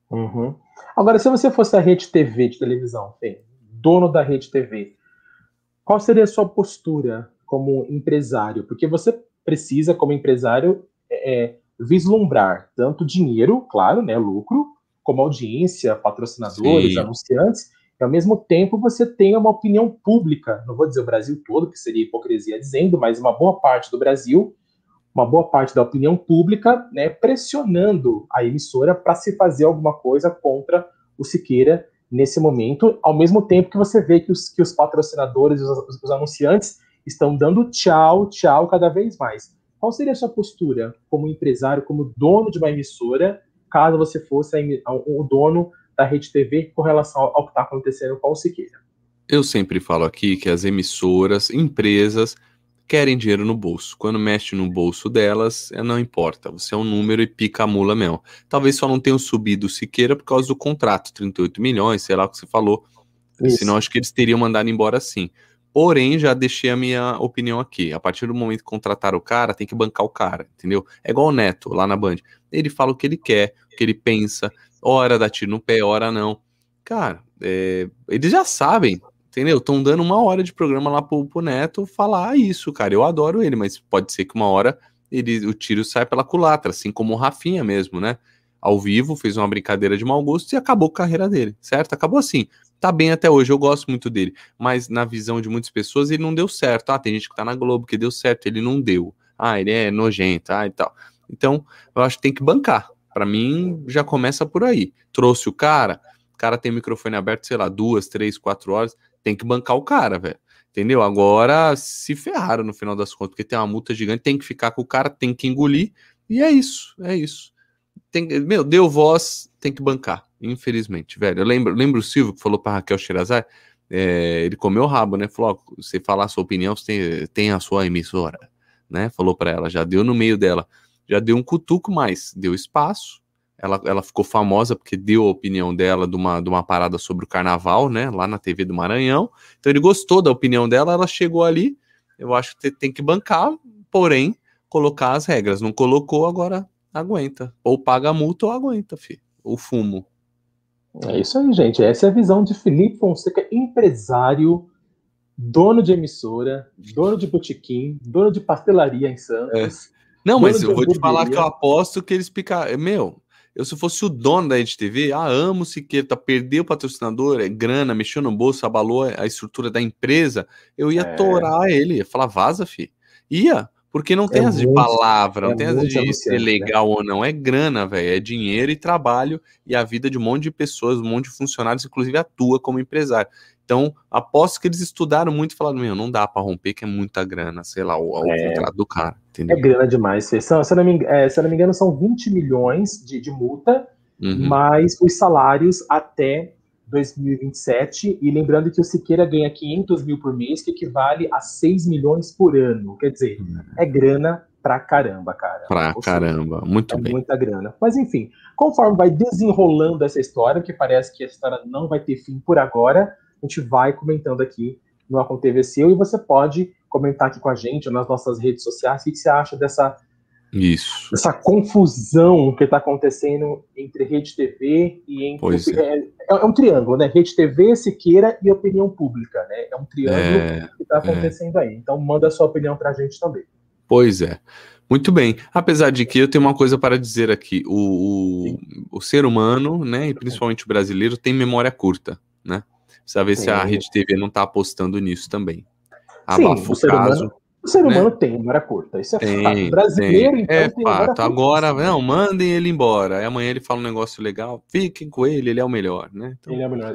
Agora, se você fosse a Rede TV de televisão, dono da Rede TV, qual seria a sua postura como empresário? Porque você precisa, como empresário, vislumbrar tanto dinheiro, claro, né, lucro, como audiência, patrocinadores, anunciantes, e ao mesmo tempo você tem uma opinião pública, não vou dizer o Brasil todo, que seria hipocrisia dizendo, mas uma boa parte do Brasil, uma boa parte da opinião pública, né, pressionando a emissora para se fazer alguma coisa contra o Siqueira nesse momento, ao mesmo tempo que você vê que os patrocinadores, os anunciantes estão dando tchau cada vez mais. Qual seria a sua postura como empresário, como dono de uma emissora, caso você fosse o dono da Rede TV com relação ao que está acontecendo com o Siqueira? Eu sempre falo aqui que as emissoras, empresas, querem dinheiro no bolso. Quando mexe no bolso delas, não importa. Você é um número e pica a mula mesmo. Talvez só não tenham subido o Siqueira por causa do contrato, 38 milhões, sei lá o que você falou. Isso. Senão acho que eles teriam mandado embora sim. Porém, já deixei a minha opinião aqui. A partir do momento que contratar o cara, tem que bancar o cara, entendeu? É igual o Neto, lá na Band. Ele fala o que ele quer, o que ele pensa, hora dá tiro no pé, hora não. Cara, eles já sabem, entendeu? Estão dando 1 hora de programa lá pro Neto falar isso, cara. Eu adoro ele, mas pode ser que uma hora o tiro saia pela culatra, assim como o Rafinha mesmo, né? Ao vivo, fez uma brincadeira de mau gosto e acabou a carreira dele, certo? Acabou assim. Tá bem até hoje, eu gosto muito dele, mas na visão de muitas pessoas ele não deu certo. Tem gente que tá na Globo que deu certo, ele não deu. Ele é nojento, e tal. Então, eu acho que tem que bancar. Pra mim, já começa por aí. Trouxe o cara tem o microfone aberto, sei lá, 2, 3, 4 horas, tem que bancar o cara, velho. Entendeu? Agora se ferraram no final das contas, porque tem uma multa gigante, tem que ficar com o cara, tem que engolir, e é isso, é isso. Meu, deu voz, tem que bancar, infelizmente, velho. Eu lembro o Silvio que falou pra Raquel Sherazade, ele comeu o rabo, né? Falou, ó, você falar a sua opinião, você tem a sua emissora, né? Falou pra ela, já deu no meio dela, já deu um cutuco, mas deu espaço. Ela ficou famosa porque deu a opinião dela de uma parada sobre o carnaval, né? Lá na TV do Maranhão. Então ele gostou da opinião dela, ela chegou ali. Eu acho que tem que bancar, porém, colocar as regras. Não colocou, agora aguenta. Ou paga a multa ou aguenta, filho. O fumo. É isso aí, gente. Essa é a visão de Felipe Fonseca, empresário, dono de emissora, dono de botequim, dono de pastelaria em Santos. Não, dono mas de eu vou te falar que eu hamburgueria. aposto que eles picaram. Meu, eu se fosse o dono da Rede TV, amo o Siqueira, perdeu o patrocinador, é grana, mexeu no bolso, abalou a estrutura da empresa, eu ia torar ele, ia falar, vaza, fi. Ia, porque não tem essa de palavra, não tem essa muitos de ser anunciantes, né? legal ou não, é grana, velho, é dinheiro e trabalho e a vida de um monte de pessoas, um monte de funcionários, inclusive a tua como empresário. Então, aposto que eles estudaram muito e falaram, meu, não dá pra romper, que é muita grana, sei lá, o contrato do cara, entendeu? É grana demais, Fê. Se eu não me engano, são 20 milhões de multa, mais os salários até 2027. E lembrando que o Siqueira ganha 500 mil por mês, que equivale a 6 milhões por ano. Quer dizer, é grana pra caramba, cara. Pra Ou caramba, seja, muito é bem. muita grana. Mas enfim, conforme vai desenrolando essa história, que parece que a história não vai ter fim por agora, a gente vai comentando aqui no Aconteceu e você pode comentar aqui com a gente ou nas nossas redes sociais o que você acha dessa confusão que está acontecendo entre Rede TV e entre... É um triângulo, né? Rede TV, Siqueira e opinião pública, né? É um triângulo que está acontecendo aí. Então manda a sua opinião para a gente também. Pois é. Muito bem. Apesar de que eu tenho uma coisa para dizer aqui. O ser humano, né, e principalmente o brasileiro, tem memória curta, né? Precisa ver se a Rede TV não está apostando nisso também. Abafa o caso. O ser humano tem memória curta, isso é fato. Brasileiro, então, tem memória curta. Agora, não, mandem ele embora. Aí amanhã ele fala um negócio legal, fiquem com ele é o melhor, né? Então, ele é o melhor.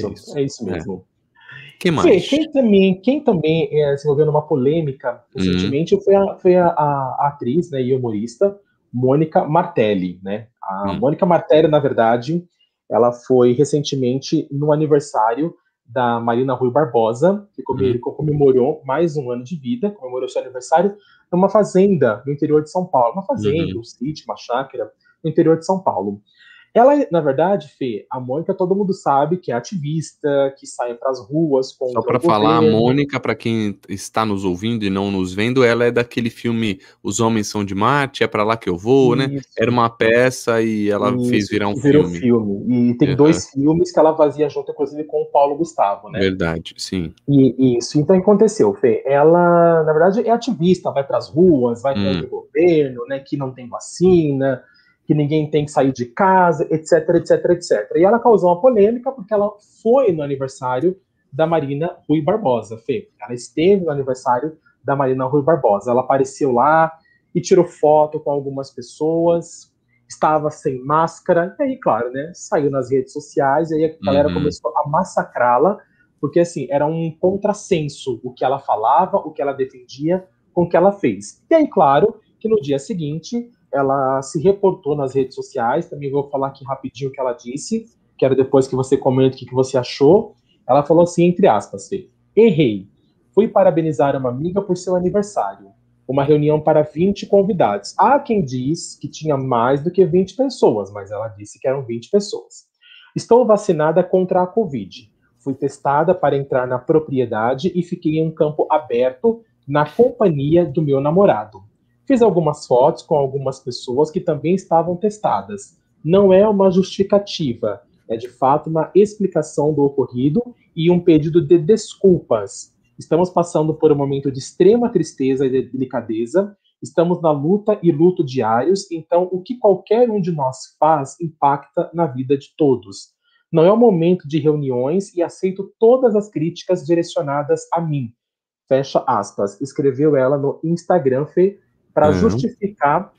É isso mesmo. Que mais? Quem também se envolveu numa polêmica recentemente foi a atriz, né, e humorista Mônica Martelli, né? A Mônica Martelli, na verdade, ela foi recentemente no aniversário da Marina Rui Barbosa, que comemorou mais um ano de vida, comemorou seu aniversário numa fazenda no interior de São Paulo. Uma fazenda, um sítio, uma chácara no interior de São Paulo. Ela, na verdade, Fê, a Mônica, todo mundo sabe que é ativista, que sai para as ruas contra Só para falar, a Mônica, para quem está nos ouvindo e não nos vendo, ela é daquele filme Os Homens São de Marte, é para lá que eu vou, né? Era uma peça e ela fez virar um filme. Virou filme. E tem 2 filmes que ela fazia junto, inclusive, com o Paulo Gustavo, né? Verdade, sim. E isso, então aconteceu, Fê. Ela, na verdade, é ativista, vai para as ruas, vai contra o governo, né? Que não tem vacina, que ninguém tem que sair de casa, etc, etc, etc. E ela causou uma polêmica porque ela foi no aniversário da Marina Rui Barbosa, Fê. Ela esteve no aniversário da Marina Rui Barbosa. Ela apareceu lá e tirou foto com algumas pessoas, estava sem máscara, e aí, claro, né, saiu nas redes sociais, e aí a galera começou a massacrá-la, porque, assim, era um contrassenso o que ela falava, o que ela defendia, com o que ela fez. E aí, claro, que no dia seguinte ela se reportou nas redes sociais, também vou falar aqui rapidinho o que ela disse, quero depois que você comente o que você achou. Ela falou assim, entre aspas, Fê, errei, fui parabenizar uma amiga por seu aniversário, uma reunião para 20 convidados. Há quem diz que tinha mais do que 20 pessoas, mas ela disse que eram 20 pessoas. Estou vacinada contra a Covid, fui testada para entrar na propriedade e fiquei em um campo aberto na companhia do meu namorado. Fiz algumas fotos com algumas pessoas que também estavam testadas. Não é uma justificativa, é de fato uma explicação do ocorrido e um pedido de desculpas. Estamos passando por um momento de extrema tristeza e delicadeza, estamos na luta e luto diários, então o que qualquer um de nós faz impacta na vida de todos. Não é o momento de reuniões e aceito todas as críticas direcionadas a mim. Fecha aspas. Escreveu ela no Instagram, Fê, para justificar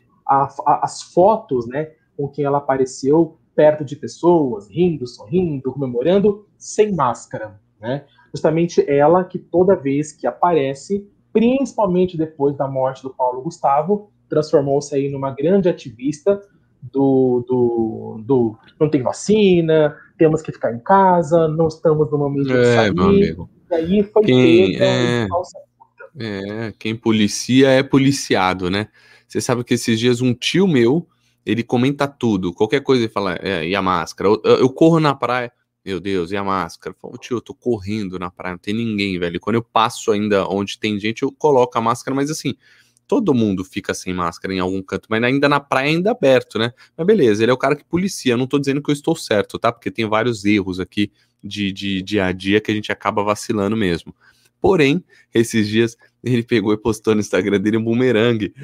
as fotos, né, com quem ela apareceu perto de pessoas, rindo, sorrindo, comemorando, sem máscara, né? Justamente ela que toda vez que aparece, principalmente depois da morte do Paulo Gustavo, transformou-se aí numa grande ativista não tem vacina, temos que ficar em casa, não estamos no momento de sair. Meu amigo. E aí foi pega de falsa puta. Quem policia é policiado, né? Você sabe que esses dias um tio meu, ele comenta tudo, qualquer coisa ele fala, e a máscara? Eu corro na praia, meu Deus, e a máscara? Eu falo, tio, eu tô correndo na praia, não tem ninguém, velho. E quando eu passo ainda onde tem gente, eu coloco a máscara, mas assim, todo mundo fica sem máscara em algum canto, mas ainda na praia ainda aberto, né? Mas beleza, ele é o cara que policia, eu não tô dizendo que eu estou certo, tá? Porque tem vários erros aqui de dia a dia que a gente acaba vacilando mesmo. Porém, esses dias ele pegou e postou no Instagram dele um bumerangue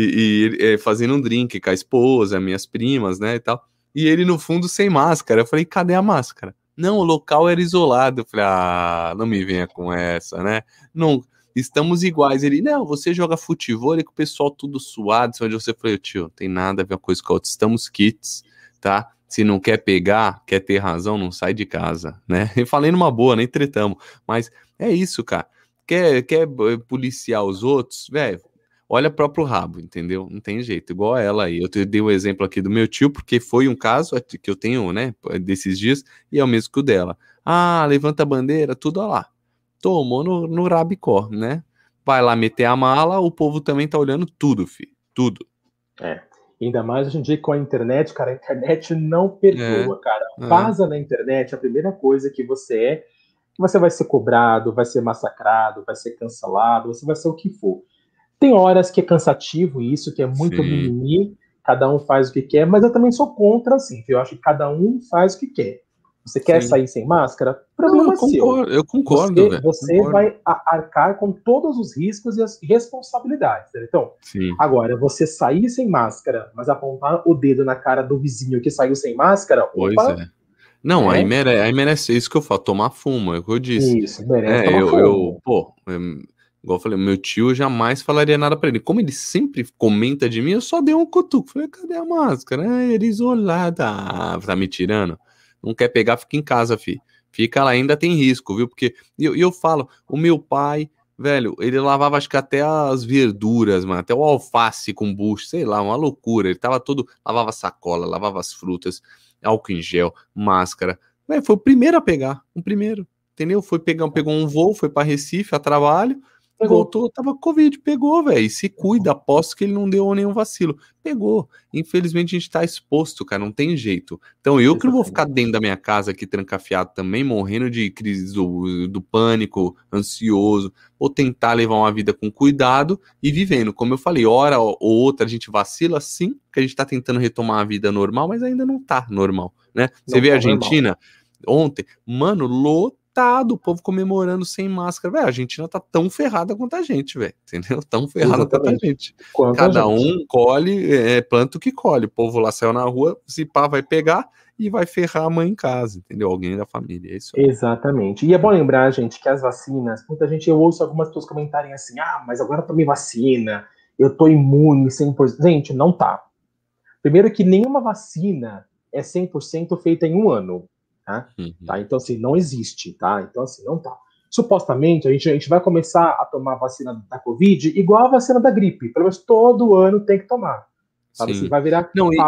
e fazendo um drink com a esposa, minhas primas, né, e tal. E ele no fundo sem máscara. Eu falei, cadê a máscara? Não, o local era isolado. Eu falei, não me venha com essa, né? Não, estamos iguais. Ele, não, você joga futebol e com o pessoal tudo suado. Onde você falou, tio, tem nada a ver uma coisa com a outra. Estamos kits, tá? Se não quer pegar, quer ter razão, não sai de casa, né? Eu falei numa boa, nem tretamos. Mas é isso, cara. Quer policiar os outros, velho, olha próprio rabo, entendeu? Não tem jeito, igual a ela aí. Eu te dei o exemplo aqui do meu tio, porque foi um caso que eu tenho, né, desses dias, e é o mesmo que o dela. Levanta a bandeira, tudo ó lá. Tomou no rabicó, né? Vai lá meter a mala, o povo também tá olhando tudo, filho. Tudo. Ainda mais hoje em dia com a internet, cara, a internet não perdoa, cara. Vaza na internet, a primeira coisa que você vai ser cobrado, vai ser massacrado, vai ser cancelado, você vai ser o que for. Tem horas que é cansativo isso, que é muito mimimi, cada um faz o que quer, mas eu também sou contra, assim, eu acho que cada um faz o que quer. Você quer sair sem máscara? Problema seu. Eu concordo, velho. Você vai arcar com todos os riscos e as responsabilidades. Então, agora, você sair sem máscara, mas apontar o dedo na cara do vizinho que saiu sem máscara, Não, aí merece isso que eu falo, tomar fumo, é o que eu disse. Isso, merece tomar fumo. Igual eu falei, meu tio jamais falaria nada pra ele. Como ele sempre comenta de mim, eu só dei um cutuco. Falei, cadê a máscara? Era isolada. Tá me tirando? Não quer pegar, fica em casa, fi. Fica lá, ainda tem risco, viu? Porque eu falo, o meu pai, velho, ele lavava acho que até as verduras, mano, até o alface com bucho, sei lá, uma loucura. Ele tava todo, lavava sacola, lavava as frutas, álcool em gel, máscara. Velho, foi o primeiro a pegar, entendeu? Pegou um voo, foi pra Recife a trabalho, voltou, tava Covid, pegou, velho, e se cuida, aposto que ele não deu nenhum vacilo. Pegou. Infelizmente a gente tá exposto, cara, não tem jeito. Então eu que não vou ficar dentro da minha casa aqui trancafiado também, morrendo de crise do pânico, ansioso, vou tentar levar uma vida com cuidado e vivendo. Como eu falei, hora ou outra a gente vacila, sim, que a gente tá tentando retomar a vida normal, mas ainda não tá normal, né? Você vê a Argentina, ontem, mano, lotado, o povo comemorando sem máscara. Velho, a Argentina tá tão ferrada quanto a gente, velho. Entendeu? Tão ferrada quanto a gente. Cada um colhe, planta o que colhe. O povo lá saiu na rua, se pá, vai pegar e vai ferrar a mãe em casa, entendeu? Alguém da família, é isso aí. Exatamente. E é bom lembrar, gente, que as vacinas, muita gente, eu ouço algumas pessoas comentarem assim, mas agora eu tomei vacina, eu tô imune 100%. Gente, não tá. Primeiro que nenhuma vacina é 100% feita em um ano. Tá? Então, assim, não existe, tá? Então, assim, não tá. Supostamente, a gente vai começar a tomar a vacina da Covid igual a vacina da gripe. Pelo menos todo ano tem que tomar. Sabe? Assim, vai virar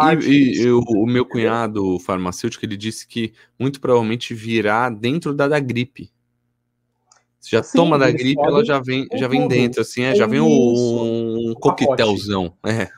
o meu cunhado farmacêutico, ele disse que muito provavelmente virá dentro da gripe. Você já toma da gripe, ela já vem dentro, assim, já vem um coquetelzão.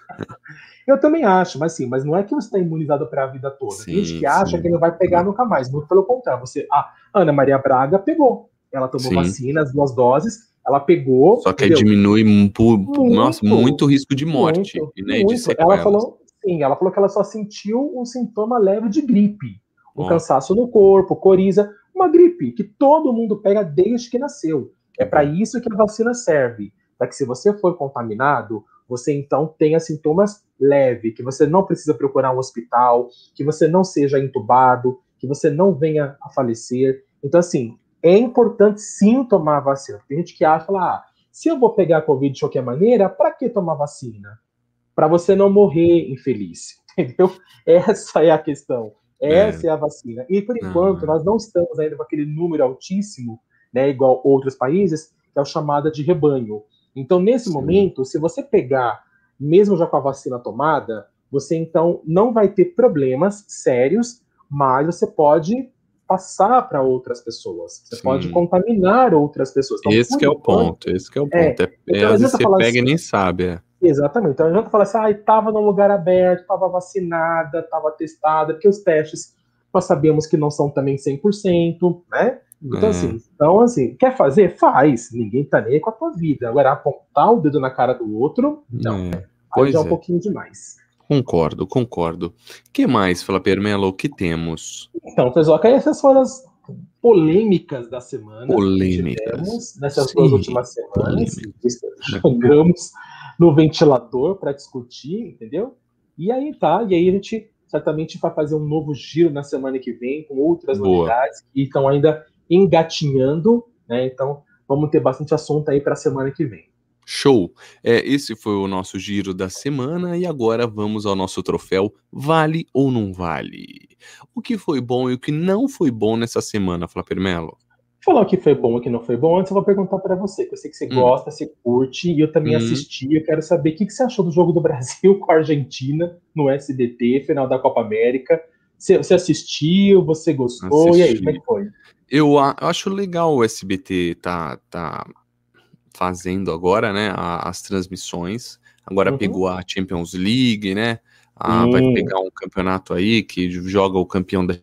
Eu também acho, mas não é que você está imunizado para a vida toda. Tem gente que acha que não vai pegar nunca mais. Muito pelo contrário. A Ana Maria Braga pegou. Ela tomou vacina, as 2 doses, ela pegou. Só que aí diminui muito risco de morte. Muito. Ela falou que ela só sentiu um sintoma leve de gripe. Um cansaço no corpo, coriza. Uma gripe que todo mundo pega desde que nasceu. É para isso que a vacina serve. Para que se você for contaminado, você então tenha sintomas leves, que você não precisa procurar um hospital, que você não seja entubado, que você não venha a falecer. Então, assim, é importante sim tomar a vacina. Tem gente que acha, se eu vou pegar a Covid de qualquer maneira, para que tomar vacina? Para você não morrer infeliz, entendeu? Essa é a questão. Essa é a vacina. E, por enquanto, nós não estamos ainda com aquele número altíssimo, né, igual outros países, que é o chamado de rebanho. Então, nesse momento, se você pegar, mesmo já com a vacina tomada, você então não vai ter problemas sérios, mas você pode passar para outras pessoas. Você pode Sim. contaminar outras pessoas. Então, Esse por que é o enquanto, ponto, esse que é o ponto. então não Às vezes adianta você falar pega e assim, nem sabe. exatamente. Então não adianta falar assim, estava num lugar aberto, estava vacinada, estava testada, porque os testes nós sabemos que não são também 100%, né? Então, assim, quer fazer? Faz. Ninguém tá nem aí com a tua vida. Agora, apontar o dedo na cara do outro, não. Aí já é Pois um é, pouquinho demais. concordo. Que mais, Flapper Melo, o que temos? Então, pessoal, essas foram as polêmicas da semana que Polêmicas. tivemos nessas duas Sim, últimas semanas. polêmicas. Jogamos no ventilador para discutir, entendeu? E aí a gente certamente vai fazer um novo giro na semana que vem com outras Boa. novidades que estão ainda engatinhando, né? Então vamos ter bastante assunto aí para a semana que vem. Show! Esse foi o nosso giro da semana e agora vamos ao nosso troféu Vale ou Não Vale? O que foi bom e o que não foi bom nessa semana, Flapper Melo? Falar o que foi bom e o que não foi bom, antes eu vou perguntar para você, que eu sei que você gosta, você curte, e eu também assisti. Eu quero saber o que você achou do jogo do Brasil com a Argentina no SBT, final da Copa América. Você assistiu, você gostou, e aí, como é que foi? Eu acho legal o SBT tá fazendo agora, né, as transmissões. Agora pegou a Champions League, né? Vai pegar um campeonato aí que joga o campeão da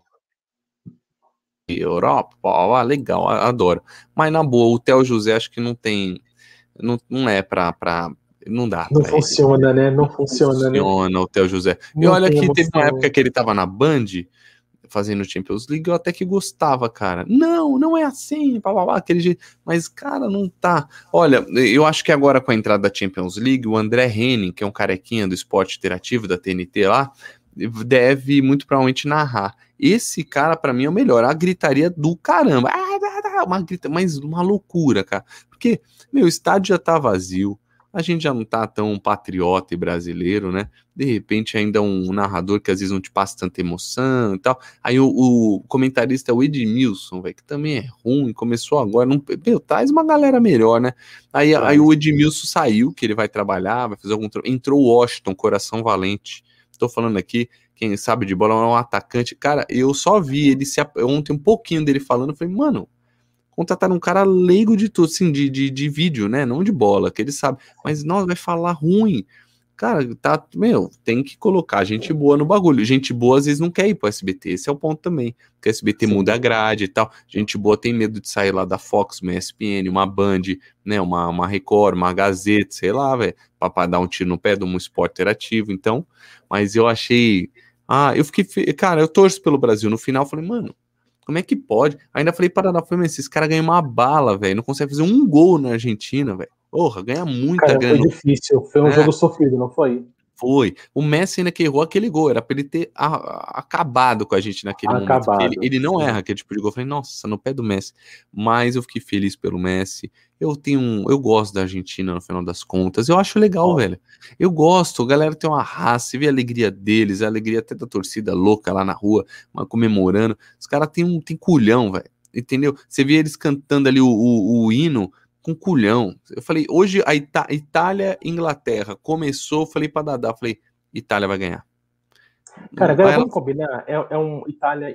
Europa. Legal, adoro. Mas na boa, o Theo José acho que não tem, não é pra não dá Não pra ele. funciona, né? Não funciona, né? Funciona o Theo José. E Não olha tem que teve uma emoção. época que ele tava na Band fazendo Champions League, eu até que gostava, cara. Não é assim, aquele jeito. Mas, cara, não tá. Olha, eu acho que agora com a entrada da Champions League, o André Henning, que é um carequinha do esporte interativo da TNT lá, deve muito provavelmente narrar. Esse cara, pra mim, é o melhor. A gritaria do caramba. Mas uma loucura, cara. Porque, meu, o estádio já tá vazio. A gente já não tá tão patriota e brasileiro, né? De repente, ainda um narrador que às vezes não te passa tanta emoção e tal. Aí o comentarista é o Edmilson, velho, que também é ruim, começou agora. Não, meu, traz uma galera melhor, né? Aí o Edmilson saiu, que ele vai trabalhar, vai fazer algum. Entrou o Washington, coração valente. Tô falando aqui, quem sabe de bola é um atacante. Cara, eu só vi ele ontem um pouquinho dele falando, eu falei, mano, contrataram um cara leigo de tudo, assim, de vídeo, né? Não de bola, que ele sabe. Mas, nossa, vai falar ruim. Cara, tem que colocar gente boa no bagulho. Gente boa às vezes não quer ir pro SBT, esse é o ponto também. Porque o SBT muda a grade e tal. Gente boa tem medo de sair lá da Fox, uma ESPN, uma Band, né? Uma Record, uma Gazeta, sei lá, velho. Pra dar um tiro no pé de um esporte interativo. Então, mas eu achei. Eu fiquei. Cara, eu torço pelo Brasil. No final, eu falei, mano. Como é que pode? Ainda falei para mas esses caras ganham uma bala, velho. Não consegue fazer um gol na Argentina, velho. Porra, ganha muita Cara, foi grana. difícil. Foi um jogo sofrido, não foi? Foi. O Messi ainda que errou aquele gol. Era pra ele ter acabado com a gente naquele momento. Porque ele não erra aquele tipo de gol. Eu falei, nossa, no pé do Messi. Mas eu fiquei feliz pelo Messi. Eu gosto da Argentina no final das contas. Eu acho legal, velho. Eu gosto. A galera tem uma raça. Você vê a alegria deles, a alegria até da torcida louca lá na rua, comemorando. Os caras têm culhão, velho. Entendeu? Você vê eles cantando ali o hino com culhão. Eu falei, hoje a Itália e Inglaterra começou, falei pra Dadá, falei, Itália vai ganhar. Cara, agora vamos combinar. É um Itália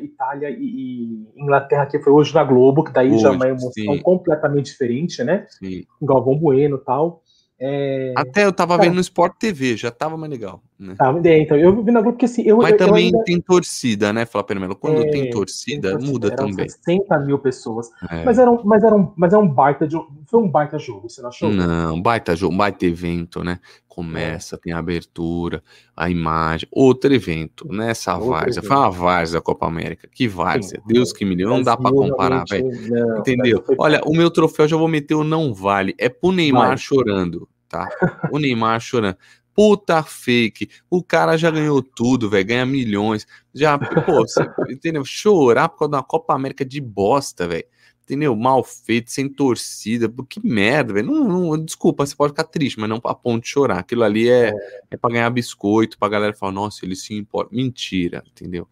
e Inglaterra que foi hoje na Globo, que daí já é uma emoção completamente diferente, né? Sim. Galvão Bueno e tal. Até eu tava vendo no Sport TV, já tava mais legal, né? Então, eu vi na Globo porque assim, Mas também ainda... tem torcida, né, Flávio Melo? Quando tem torcida, muda eram também. 60 mil pessoas. Mas é um baita de foi um baita jogo, você não achou? Não, baita jogo, baita evento, né? Começa, tem a abertura, a imagem, outro evento, né? Essa várzea, foi uma várzea da Copa América. Que várzea, Deus que me livre, não dá pra comparar, velho. Entendeu? Olha, o meu troféu já vou meter o não vale, é pro Neymar chorando, tá? O Neymar chorando. Puta fake, o cara já ganhou tudo, velho, ganha milhões, já, pô, você, entendeu? Chorar por causa da Copa América de bosta, velho. Entendeu? Mal feito, sem torcida. Que merda, velho. Desculpa, você pode ficar triste, mas não a ponto de chorar. Aquilo ali é pra ganhar biscoito, pra galera falar, nossa, ele se importa. Mentira, entendeu?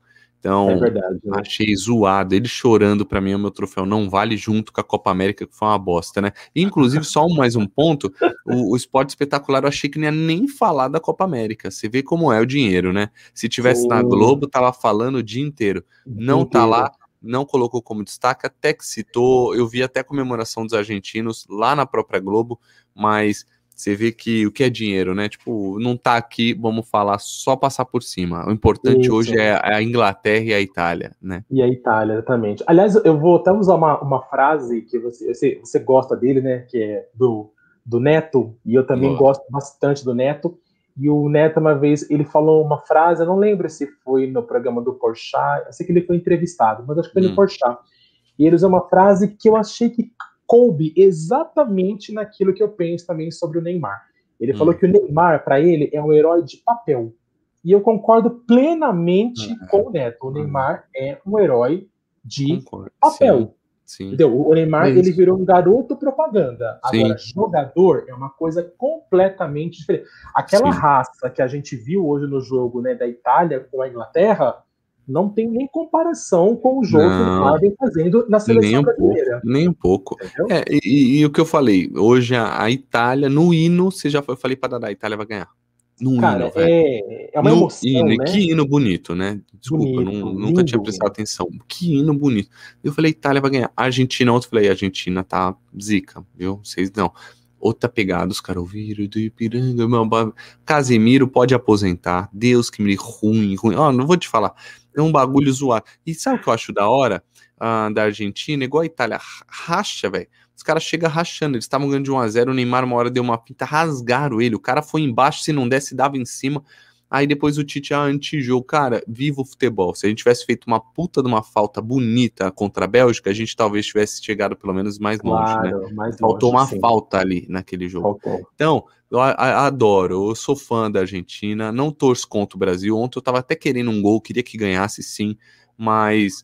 Então, verdade, né? achei zoado. Ele chorando, pra mim, o meu troféu não vale, junto com a Copa América, que foi uma bosta, né? Inclusive, só mais um ponto, o Esporte Espetacular, eu achei que não ia nem falar da Copa América. Você vê como é o dinheiro, né? Se tivesse na Sim, Globo, tava falando o dia inteiro. o dia Não tá inteiro. lá, não colocou como destaque, até que citou, eu vi até a comemoração dos argentinos lá na própria Globo, mas você vê que o que é dinheiro, né? Tipo, não tá aqui, vamos falar, só passar por cima. O importante hoje Isso. é a Inglaterra e a Itália, né? E a Itália, exatamente. Aliás, eu vou até usar uma frase que você gosta dele, né? Que é do Neto, e eu também Gosto. gosto bastante do Neto. E o Neto, uma vez, ele falou uma frase, eu não lembro se foi no programa do Porchat, eu sei que ele foi entrevistado, mas acho que foi no Porchat. E ele usou uma frase que eu achei que coube exatamente naquilo que eu penso também sobre o Neymar. Ele falou que o Neymar, para ele, é um herói de papel. E eu concordo plenamente com o Neto. O Neymar é um herói de Concordo. Sim, papel. sim. Entendeu? O É Neymar, ele isso. virou um garoto propaganda. Agora, Sim, jogador é uma coisa completamente diferente. Aquela sim. raça que a gente viu hoje no jogo, né, da Itália com a Inglaterra não tem nem comparação com o jogo que o Não, Neymar vem fazendo na nem seleção um pouco, brasileira. nem um pouco. Entendeu? É, e o que eu falei, hoje a Itália, no hino, você já foi, eu falei para dar, a Itália vai ganhar. No hino, Cara, velho. é uma No emoção, hino, e né? que hino bonito, né? Desculpa, Bonito, nunca tinha lindo prestado hino. atenção. Que hino bonito. Eu falei, Itália vai ganhar. Argentina, ontem eu falei, Argentina tá zica, viu? Vocês não. Outra pegada, os caras ouviram do Ipiranga, meu, Casemiro pode aposentar. Deus que me ruim, ruim. Ó, não vou te falar. É um bagulho zoado. E sabe o que eu acho da hora da Argentina? Igual a Itália, racha, velho. Os caras chegam rachando. Eles estavam ganhando de 1-0. O Neymar, uma hora deu uma pinta, rasgaram ele. O cara foi embaixo, se não desse, dava em cima. Aí depois o Tite, antijogo. Cara, viva o futebol. Se a gente tivesse feito uma puta de uma falta bonita contra a Bélgica, a gente talvez tivesse chegado pelo menos mais longe, né? Claro, mais Faltou longe, uma sim. falta ali naquele jogo. Faltou. Então, eu adoro, eu sou fã da Argentina, não torço contra o Brasil. Ontem eu tava até querendo um gol, queria que ganhasse sim, mas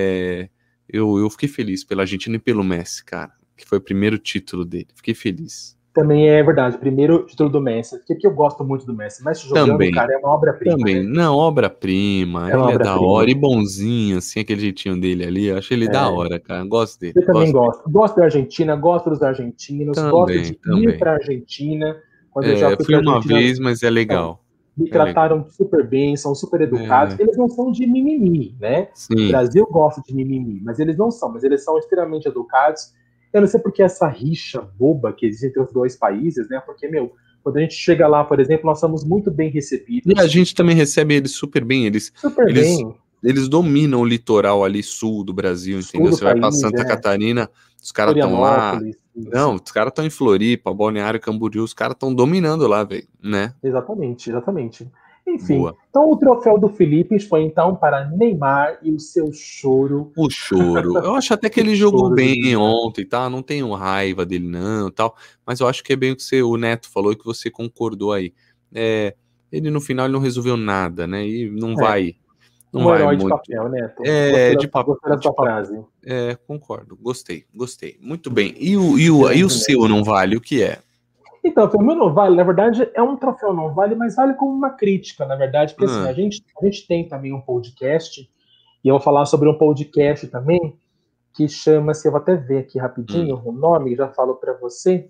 eu fiquei feliz pela Argentina e pelo Messi, cara, que foi o primeiro título dele. Fiquei feliz. Também é verdade. Primeiro título do Messi. Porque eu gosto muito do Messi. Messi jogando, Também, cara, é uma obra-prima, também, né? não, obra-prima, É uma ele é da hora, obra-prima. e bonzinho, assim, aquele jeitinho dele ali, eu acho ele da É, hora, cara, gosto dele, eu também gosto dele. gosto. Gosto da Argentina, gosto dos argentinos, gosto Também, de ir também. para a Argentina. Quando eu já fui para Fui a uma Argentina, vez, mas é então, legal, me é legal. trataram super bem, são super educados. É, Eles não são de mimimi, né? O sim. Brasil gosta de mimimi, mas eles não são, mas eles são extremamente educados. Eu não sei porque essa rixa boba que existe entre os dois países, né? Porque, meu, quando a gente chega lá, por exemplo, nós somos muito bem E a recebidos, gente também recebe eles super bem. super Eles, bem, eles dominam o litoral ali sul do Brasil, sul entendeu? do Você vai para país, Santa é, Catarina, os caras estão lá. Florianópolis, Não, isso. os caras estão em Floripa, Balneário Camboriú, os caras estão dominando lá, velho, né? Exatamente, exatamente. Enfim, Boa. então o troféu do Felipe foi então para Neymar e o seu choro, O choro. Eu acho até que o ele jogou choro de bem Neymar. ontem, tá? Não tenho raiva dele, não, tal. Mas eu acho que é bem o que o Neto falou e que você concordou aí. É, ele no final ele não resolveu nada, né? E não É, vai, não um vai herói de muito. papel, Neto. É, Gostei, gostei de dessa papel. frase. Concordo. Gostei, gostei. Muito bem. E o Grande seu não Neto. vale? O que é? Então, o meu não vale, na verdade, é um troféu não vale, mas vale como uma crítica, na verdade, porque assim, Ah, a gente tem também um podcast, e eu vou falar sobre um podcast também, que chama-se, eu vou até ver aqui hum, rapidinho o nome, já falo para você.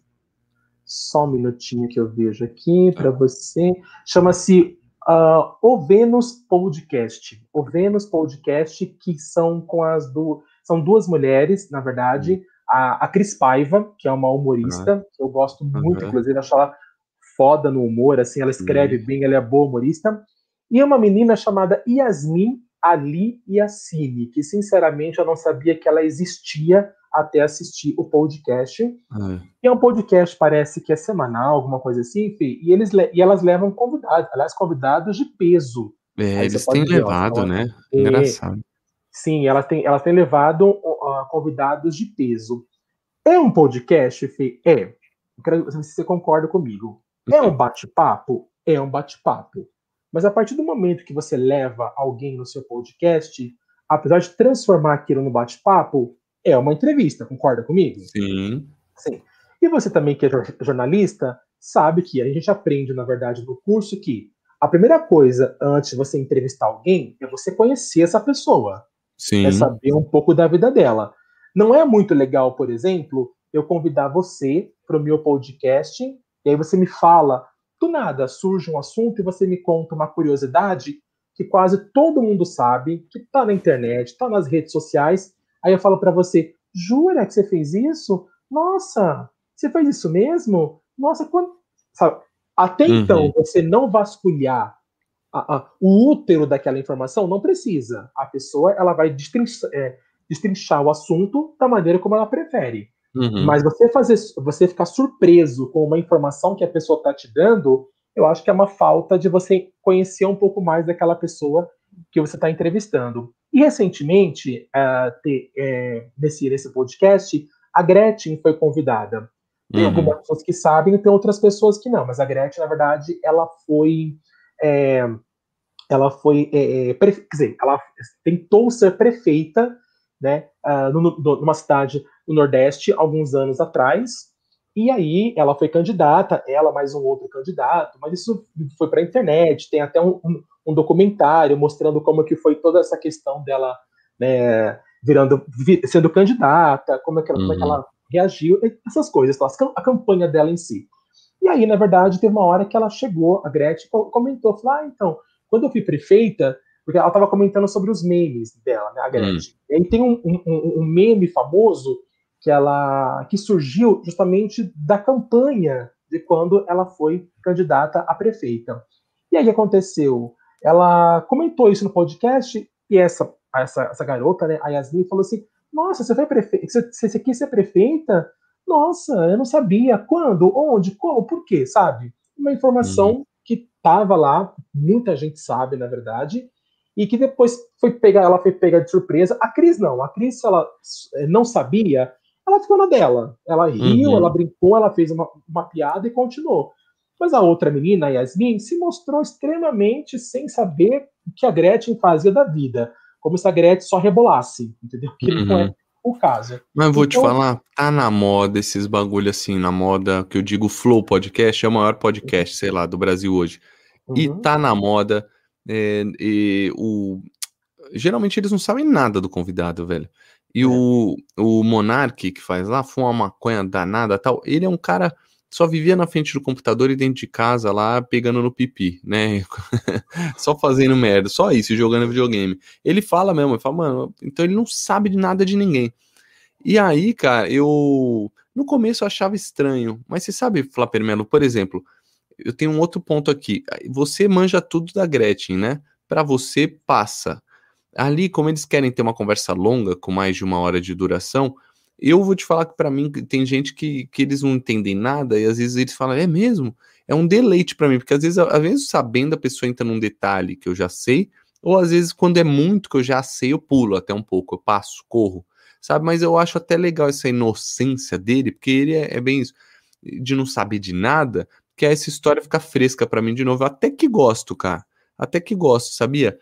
Só um minutinho que eu vejo aqui tá. para você. Chama-se O Vênus Podcast. O Vênus Podcast, que são com as duas. São duas mulheres, na Hum, verdade. A Cris Paiva, que é uma tá. humorista, que eu gosto muito, Aham, inclusive, acho ela foda no humor, assim, ela escreve sim. bem, ela é boa humorista. E uma menina chamada Yasmin Ali Yassine, que sinceramente eu não sabia que ela existia até assistir o podcast. Ah, E é um podcast, parece que é semanal, alguma coisa assim, Fê, e elas levam convidados, aliás, convidados de peso. Aí você eles têm pode ver, ó, levado, né? é, Engraçado. sim, elas têm levado convidados de peso. É um podcast, Fê? É. Eu quero saber se você concorda comigo. É um bate-papo? É um bate-papo. Mas a partir do momento que você leva alguém no seu podcast, apesar de transformar aquilo no bate-papo, é uma entrevista, concorda comigo? Sim. Sim. E você também que é jornalista, sabe que a gente aprende, na verdade, no curso que A primeira coisa, antes de você entrevistar alguém, é você conhecer essa pessoa. Sim. É saber um pouco da vida dela. Não é muito legal, por exemplo, eu convidar você para o meu podcast, e aí você me fala, do nada, surge um assunto e você me conta uma curiosidade que quase todo mundo sabe, que está na internet, está nas redes sociais. Aí eu falo para você, jura que você fez isso? Nossa, você fez isso mesmo? Nossa, quando... Sabe? Até então, você não vasculhar o útero daquela informação, não precisa. A pessoa ela vai destrinchar o assunto da maneira como ela prefere. Mas você ficar surpreso com uma informação que a pessoa está te dando, eu acho que é uma falta de você conhecer um pouco mais daquela pessoa que você está entrevistando. E recentemente, nesse podcast, a Gretchen foi convidada. Tem algumas pessoas que sabem e tem outras pessoas que não, mas a Gretchen, na verdade, ela tentou ser prefeita, né, numa cidade do Nordeste alguns anos atrás, e aí ela foi candidata, ela mais um outro candidato, mas isso foi para a internet, tem até um documentário mostrando como que foi toda essa questão dela, né, sendo candidata, como é que ela reagiu, essas coisas, a campanha dela em si. E aí, na verdade, teve uma hora que ela chegou, a Gretchen comentou, falou, então, quando eu fui prefeita, porque ela estava comentando sobre os memes dela, né, a Gretchen. E aí tem um meme famoso que surgiu justamente da campanha de quando ela foi candidata a prefeita. E aí aconteceu, ela comentou isso no podcast e essa garota, né, a Yasmin, falou assim, nossa, você foi prefeita, você quis ser prefeita? Nossa, eu não sabia. Quando? Onde? Como? Por quê? Sabe? Uma informação que estava lá, muita gente sabe, na verdade, e que depois ela foi pega de surpresa. A Cris não. A Cris, se ela não sabia, ela ficou na dela. Ela riu, ela brincou, ela fez uma piada e continuou. Mas a outra menina, a Yasmin, se mostrou extremamente sem saber o que a Gretchen fazia da vida. Como se a Gretchen só rebolasse, entendeu? Que não é o caso. Mas vou te falar, tá na moda esses bagulho assim, na moda, que eu digo Flow Podcast, é o maior podcast, sei lá, do Brasil hoje. E tá na moda, geralmente eles não sabem nada do convidado, velho. E o Monark, que faz lá, fuma uma maconha danada e tal, ele é um cara, só vivia na frente do computador e dentro de casa lá, pegando no pipi, né? Só fazendo merda, só isso, jogando videogame. Ele fala mesmo, ele fala, mano, então ele não sabe de nada de ninguém. E aí, cara, no começo eu achava estranho, mas você sabe, Flapper Melo, por exemplo, eu tenho um outro ponto aqui, você manja tudo da Gretchen, né? Pra você, passa. Ali, como eles querem ter uma conversa longa, com mais de 1 hora de duração, eu vou te falar que pra mim tem gente que eles não entendem nada, e às vezes eles falam, é mesmo? É um deleite pra mim, porque às vezes sabendo a pessoa entra num detalhe que eu já sei, ou às vezes quando é muito que eu já sei, eu pulo até um pouco, eu passo, corro, sabe? Mas eu acho até legal essa inocência dele, porque ele é bem isso, de não saber de nada, que essa história fica fresca pra mim de novo. Eu até que gosto, cara. Até que gosto, sabia?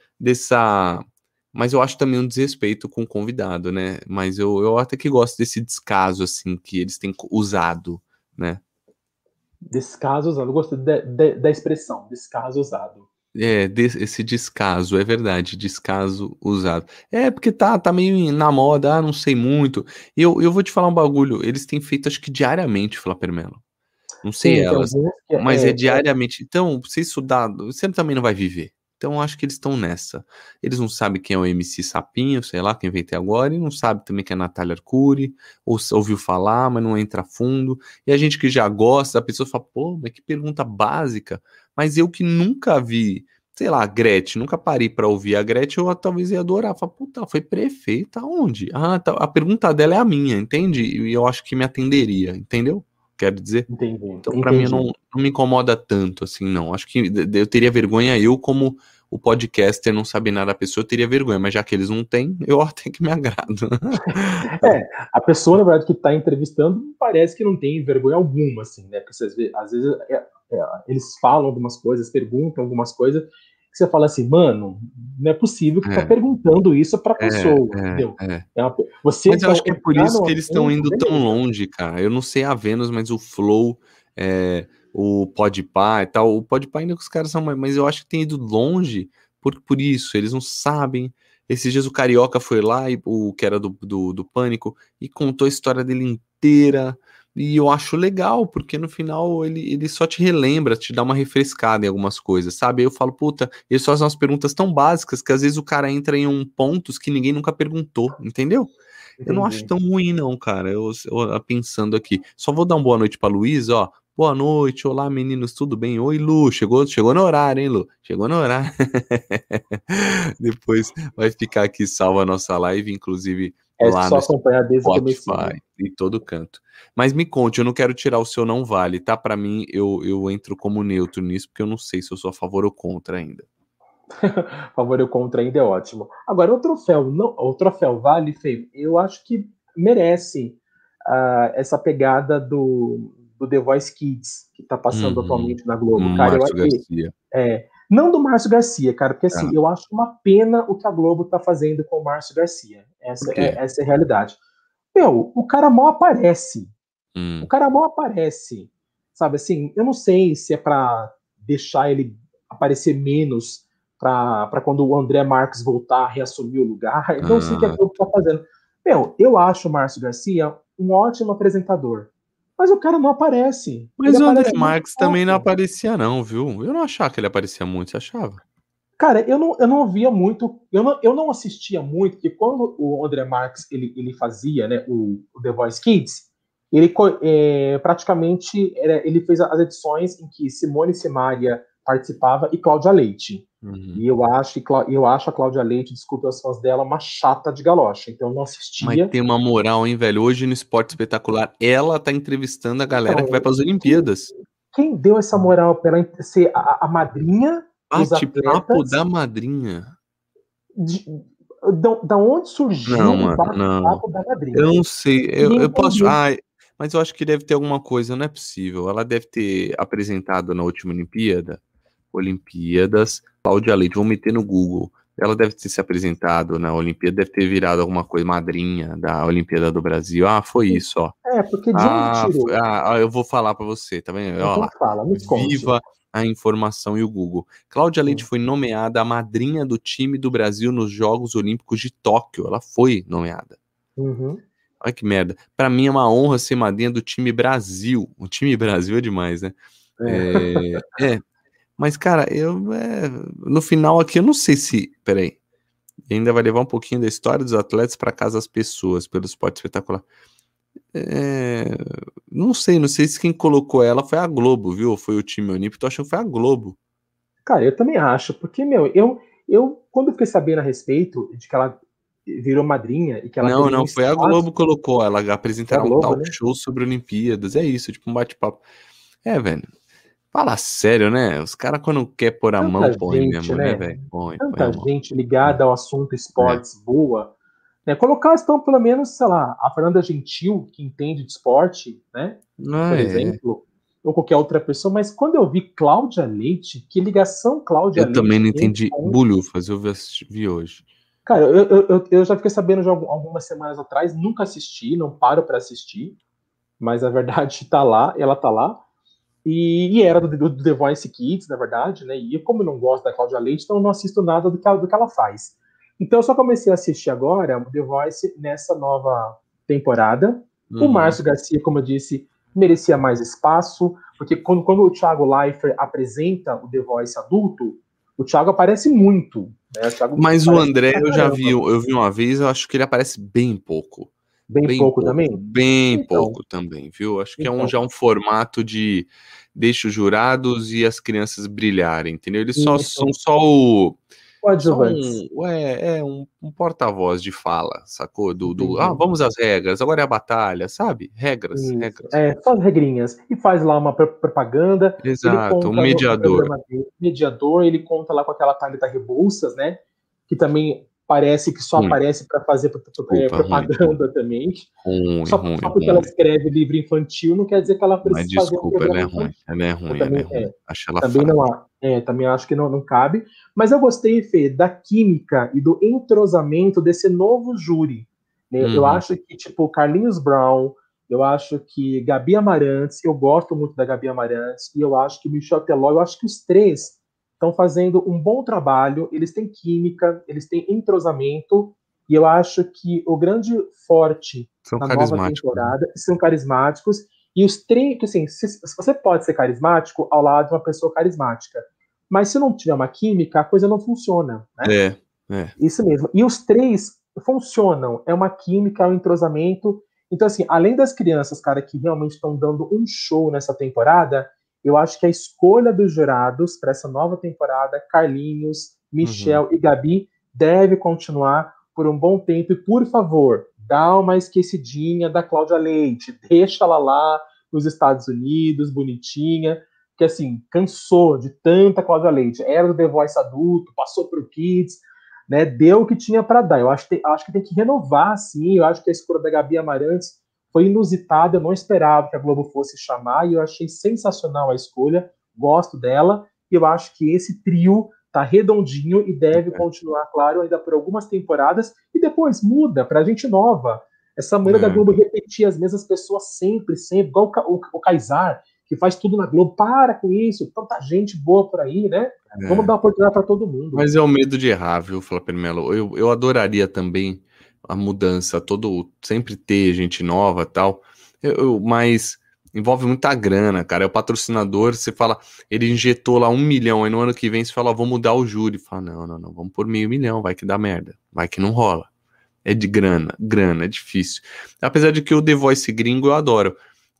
Mas eu acho também um desrespeito com o convidado, né? Mas eu até que gosto desse descaso, assim, que eles têm usado, né? Descaso usado. Eu gosto da expressão, descaso usado. Esse descaso, é verdade, descaso usado. Porque tá meio na moda, não sei muito. Eu vou te falar um bagulho, eles têm feito acho que diariamente, Flapper Melo. Não sei elas, mas diariamente. Então, se isso dá, você também não vai viver. Então, acho que eles estão nessa. Eles não sabem quem é o MC Sapinho, sei lá, quem veio até agora, e não sabe também quem é a Natália Arcuri, ou ouviu falar, mas não entra a fundo. E a gente que já gosta, a pessoa fala, pô, mas que pergunta básica. Mas eu que nunca vi, sei lá, a Gretchen, nunca parei pra ouvir a Gretchen, eu talvez ia adorar. Fala, puta, foi prefeita onde? Tá, a pergunta dela é a minha, entende? E eu acho que me atenderia, entendeu? Quero dizer. Entendi. Então, pra mim, não me incomoda tanto, assim, não. Acho que eu teria vergonha, eu como o podcaster não saber nada da pessoa, eu teria vergonha, mas já que eles não têm, eu até que me agrado. A pessoa, na verdade, que está entrevistando, parece que não tem vergonha alguma, assim, né? Porque às vezes eles falam algumas coisas, perguntam algumas coisas, que você fala assim, mano, não é possível que tá perguntando isso pra pessoa, entendeu? Mas eu acho que é por isso que eles estão indo tão longe, cara. Eu não sei a Vênus, mas o Flow, o Podpah e tal. O Podpah ainda que os caras são, mas eu acho que tem ido longe por isso, eles não sabem. Esses dias o Carioca foi lá, e o que era do Pânico, e contou a história dele inteira. E eu acho legal, porque no final ele só te relembra, te dá uma refrescada em algumas coisas, sabe? Aí eu falo, puta, eles fazem umas perguntas tão básicas que às vezes o cara entra em pontos que ninguém nunca perguntou, entendeu? Eu não acho Entendi. tão ruim, não, cara. Eu pensando aqui. Só vou dar uma boa noite pra Luiz, ó. Boa noite, olá meninos, tudo bem? Oi, Lu, chegou no horário, hein, Lu? Chegou no horário. Depois vai ficar aqui salva a nossa live, inclusive É lá só no acompanhar desde o Spotify, comecinho. em todo canto. Mas me conte, eu não quero tirar o seu não vale, tá? Pra mim, eu entro como neutro nisso, porque eu não sei se eu sou a favor ou contra ainda. Favor ou contra ainda é ótimo. Agora, o troféu Vale, Fê, eu acho que merece essa pegada do The Voice Kids, que tá passando Uhum. atualmente na Globo. Cara, Márcio Garcia. não do Márcio Garcia, cara, porque assim, Tá. eu acho uma pena o que a Globo tá fazendo com o Márcio Garcia. Por quê? Essa é a realidade. Meu, o cara mal aparece. O Hum. cara mal aparece. Sabe assim, eu não sei se é pra deixar ele aparecer menos para quando o André Marques voltar a reassumir o lugar. Eu não sei o que a Ah, Globo tá fazendo. Meu, eu acho o Márcio Garcia um ótimo apresentador. Mas o cara não aparece. Ele mas o André aparece muito Marques também não pouco. aparecia, não, viu? Eu não achava que ele aparecia muito, você achava? Cara, eu não via muito, eu não assistia muito, porque quando o André Marques ele fazia né, o The Voice Kids, praticamente ele fez as edições em que Simone Simaria participava e Cláudia Leite. Uhum. E eu acho a Cláudia Leite, desculpe os fãs dela, uma chata de galocha. Então eu não Mas assistia. tem uma moral, hein, velho? Hoje no Esporte Espetacular, ela tá entrevistando a galera que vai Então, para as quem, Olimpíadas. quem deu essa moral para ela ser a madrinha dos Bate-papo atletas? da madrinha. de, da onde Não, surgiu o mano, não. bate-papo da Eu madrinha. não sei. Eu Ninguém posso. entendeu. Ai, mas eu acho que deve ter alguma coisa, não é possível. Ela deve ter apresentado na última Olimpíadas, Cláudia Leite, vou meter no Google. Ela deve ter se apresentado na Olimpíada, deve ter virado alguma coisa, madrinha da Olimpíada do Brasil. Ah, foi isso, ó. Porque de onde tirou? Eu vou falar para você, tá vendo? Olha Então lá. fala, me conte. Viva a informação e o Google. Cláudia Leite Hum. foi nomeada a madrinha do time do Brasil nos Jogos Olímpicos de Tóquio. Ela foi nomeada. Uhum. Olha que merda. Pra mim é uma honra ser madrinha do time Brasil. O time Brasil é demais, né? É. Mas, cara, no final aqui eu não sei se. Peraí. Ainda vai levar um pouquinho da história dos atletas para casa das pessoas, pelo esporte espetacular. É, não sei se quem colocou ela foi a Globo, viu? Ou foi o time Olímpico. Tô achando que foi a Globo. Cara, eu também acho, porque, meu, quando eu fiquei sabendo a respeito de que ela virou madrinha e que ela Não, teria um não, foi a Globo espaço, que colocou. Ela foi a apresentará um Globo, talk né? show sobre Olimpíadas. É isso, tipo um bate-papo. É, velho. Fala sério, né? Os caras, quando quer pôr a mão, Tanta põe gente, mesmo, né, né? velho? Põe a Tanta mão. gente ligada ao assunto É. esportes boa. Né? Colocar, então, pelo menos, sei lá, a Fernanda Gentil, que entende de esporte, né? Não Por é. exemplo, ou qualquer outra pessoa, mas quando eu vi Cláudia Leite, que ligação Cláudia Eu também Leite não tem entendi com. bulhufas, vi hoje. Cara, eu já fiquei sabendo de algumas semanas atrás, nunca assisti, não paro para assistir, mas a verdade tá lá, ela tá lá. E era do The Voice Kids, na verdade, né? E eu, como eu não gosto da Cláudia Leite, então eu não assisto nada do que ela faz. Então eu só comecei a assistir agora o The Voice nessa nova temporada. O Uhum. Márcio Garcia, como eu disse, merecia mais espaço, porque quando o Thiago Leifert apresenta o The Voice adulto, o Thiago aparece muito. Né? O Thiago Mas o aparece André, pra caramba. eu vi uma vez, eu acho que ele aparece bem pouco. Bem pouco também? Bem Então, pouco também, viu? Acho que é então. já um formato de deixa os jurados e as crianças brilharem, entendeu? Eles só são Isso. só Coadjuvantes. um porta-voz de fala, sacou? Entendi. Vamos às regras, agora é a batalha, sabe? Regras, Isso, regras. só as regrinhas. E faz lá uma propaganda, ele Exato, um conta no mediador. programa dele, mediador, ele conta lá com aquela Thalita Rebouças, né? Que também parece que só Ruim, aparece para fazer desculpa, ruim, propaganda também. Só porque ela ruim. escreve livro infantil não quer dizer que ela Mas precisa fazer um desculpa, programa infantil. Eu ela é também, ruim. Acho ela também fraca. não também acho que não cabe. Mas eu gostei, Fê, da química e do entrosamento desse novo júri. Né? Eu Uhum. acho que, tipo, Carlinhos Brown, eu acho que Gabi Amarantes, eu gosto muito da Gabi Amarantes, e eu acho que Michel Teló, eu acho que os três estão fazendo um bom trabalho, eles têm química, eles têm entrosamento, e eu acho que o grande forte São na nova carismáticos, né? temporada são carismáticos, e os três, assim, se você pode ser carismático ao lado de uma pessoa carismática, mas se não tiver uma química, a coisa não funciona, né? É, é. Isso mesmo. E os três funcionam. É uma química, é um entrosamento. Então, assim, além das crianças, cara, que realmente estão dando um show nessa temporada, eu acho que a escolha dos jurados para essa nova temporada, Carlinhos, Uhum. Michel e Gabi, deve continuar por um bom tempo. E, por favor, dá uma esquecidinha da Cláudia Leite. Deixa ela lá nos Estados Unidos, bonitinha. Porque, assim, cansou de tanta Cláudia Leite. Era do The Voice adulto, passou para o Kids, né, deu o que tinha para dar. Eu acho que tem que renovar, sim. Eu acho que a escolha da Gabi Amarantes foi inusitada. Eu não esperava que a Globo fosse chamar e eu achei sensacional a escolha. Gosto dela e eu acho que esse trio tá redondinho e deve continuar, claro, ainda por algumas temporadas e depois muda para gente nova. Essa maneira da É, Globo repetir as mesmas pessoas sempre, sempre, igual o Kaysar, que faz tudo na Globo. Para com isso, tanta gente boa por aí, né? Vamos é. dar oportunidade para todo mundo. Mas é o medo de errar, viu, Flávio Melo? Eu adoraria também a mudança, sempre ter gente nova e tal. Mas envolve muita grana, cara. É o patrocinador, você fala, ele injetou lá 1 milhão, aí no ano que vem você fala, vou mudar o júri. Fala, não, vamos por 500 mil, vai que dá merda, vai que não rola. É de grana, é difícil. Apesar de que o The Voice gringo eu adoro.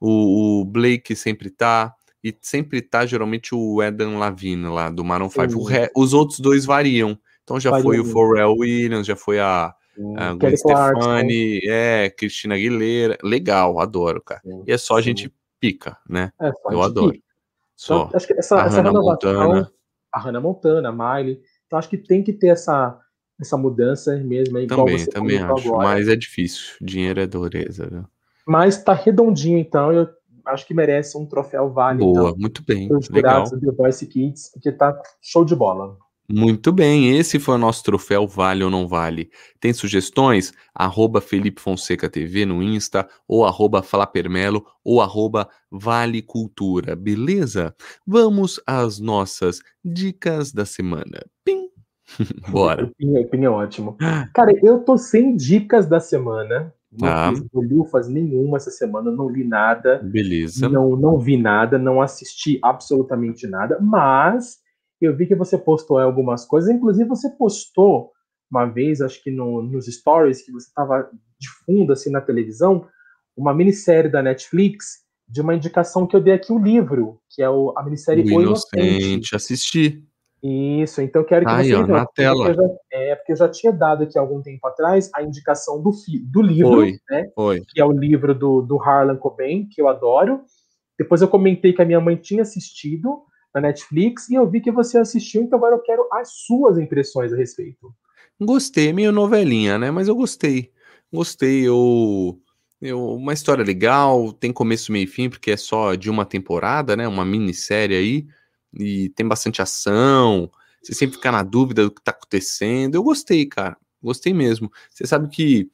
O Blake sempre tá, e sempre tá geralmente o Adam Levine lá, do Maroon 5. Os outros dois variam. Então já Varia foi o muito. Pharrell Williams, já foi a Gwen Kelly Clarkson. Stefani, Christina Aguilera. Legal, adoro, cara. Sim, E é só sim. gente pica, né? É, só a Eu gente adoro. pica. Então, Só. acho que A essa Hannah renovação, Montana a Hannah Montana, a Miley, então acho que tem que ter essa mudança mesmo, igual também, você também comentou acho. agora. Mas é difícil. Dinheiro é dureza, viu? Mas tá redondinho, então, eu acho que merece um troféu Vale, então, Boa, muito bem, para os jurados legal. do The Voice Kids, porque tá show de bola. Muito bem, esse foi o nosso troféu Vale ou Não Vale. Tem sugestões? @Felipe Fonseca TV no Insta, ou @Flapermelo, ou @Vale Cultura, beleza? Vamos às nossas dicas da semana. Pim! Bora. Opinião ótimo. Cara, eu tô sem dicas da semana. Não Tá, fiz bolhufas nenhuma essa semana, não li nada, beleza. não vi nada, não assisti absolutamente nada, mas eu vi que você postou algumas coisas. Inclusive, você postou uma vez, acho que nos stories, que você estava de fundo assim na televisão, uma minissérie da Netflix de uma indicação que eu dei aqui, o livro, que é a minissérie O O Inocente. Inocente, assisti. Isso, então eu quero que Tá você aí, me ó, dê, na tela. porque eu já tinha dado aqui algum tempo atrás a indicação do livro, Foi, né? foi. Que é o livro do Harlan Coben, que eu adoro. Depois eu comentei que a minha mãe tinha assistido na Netflix e eu vi que você assistiu, então agora eu quero as suas impressões a respeito. Gostei, meio novelinha, né? Mas eu gostei. Gostei, uma história legal, tem começo, meio e fim, porque é só de uma temporada, né? Uma minissérie aí, e tem bastante ação, você sempre fica na dúvida do que tá acontecendo. Eu gostei, cara, gostei mesmo. Você sabe que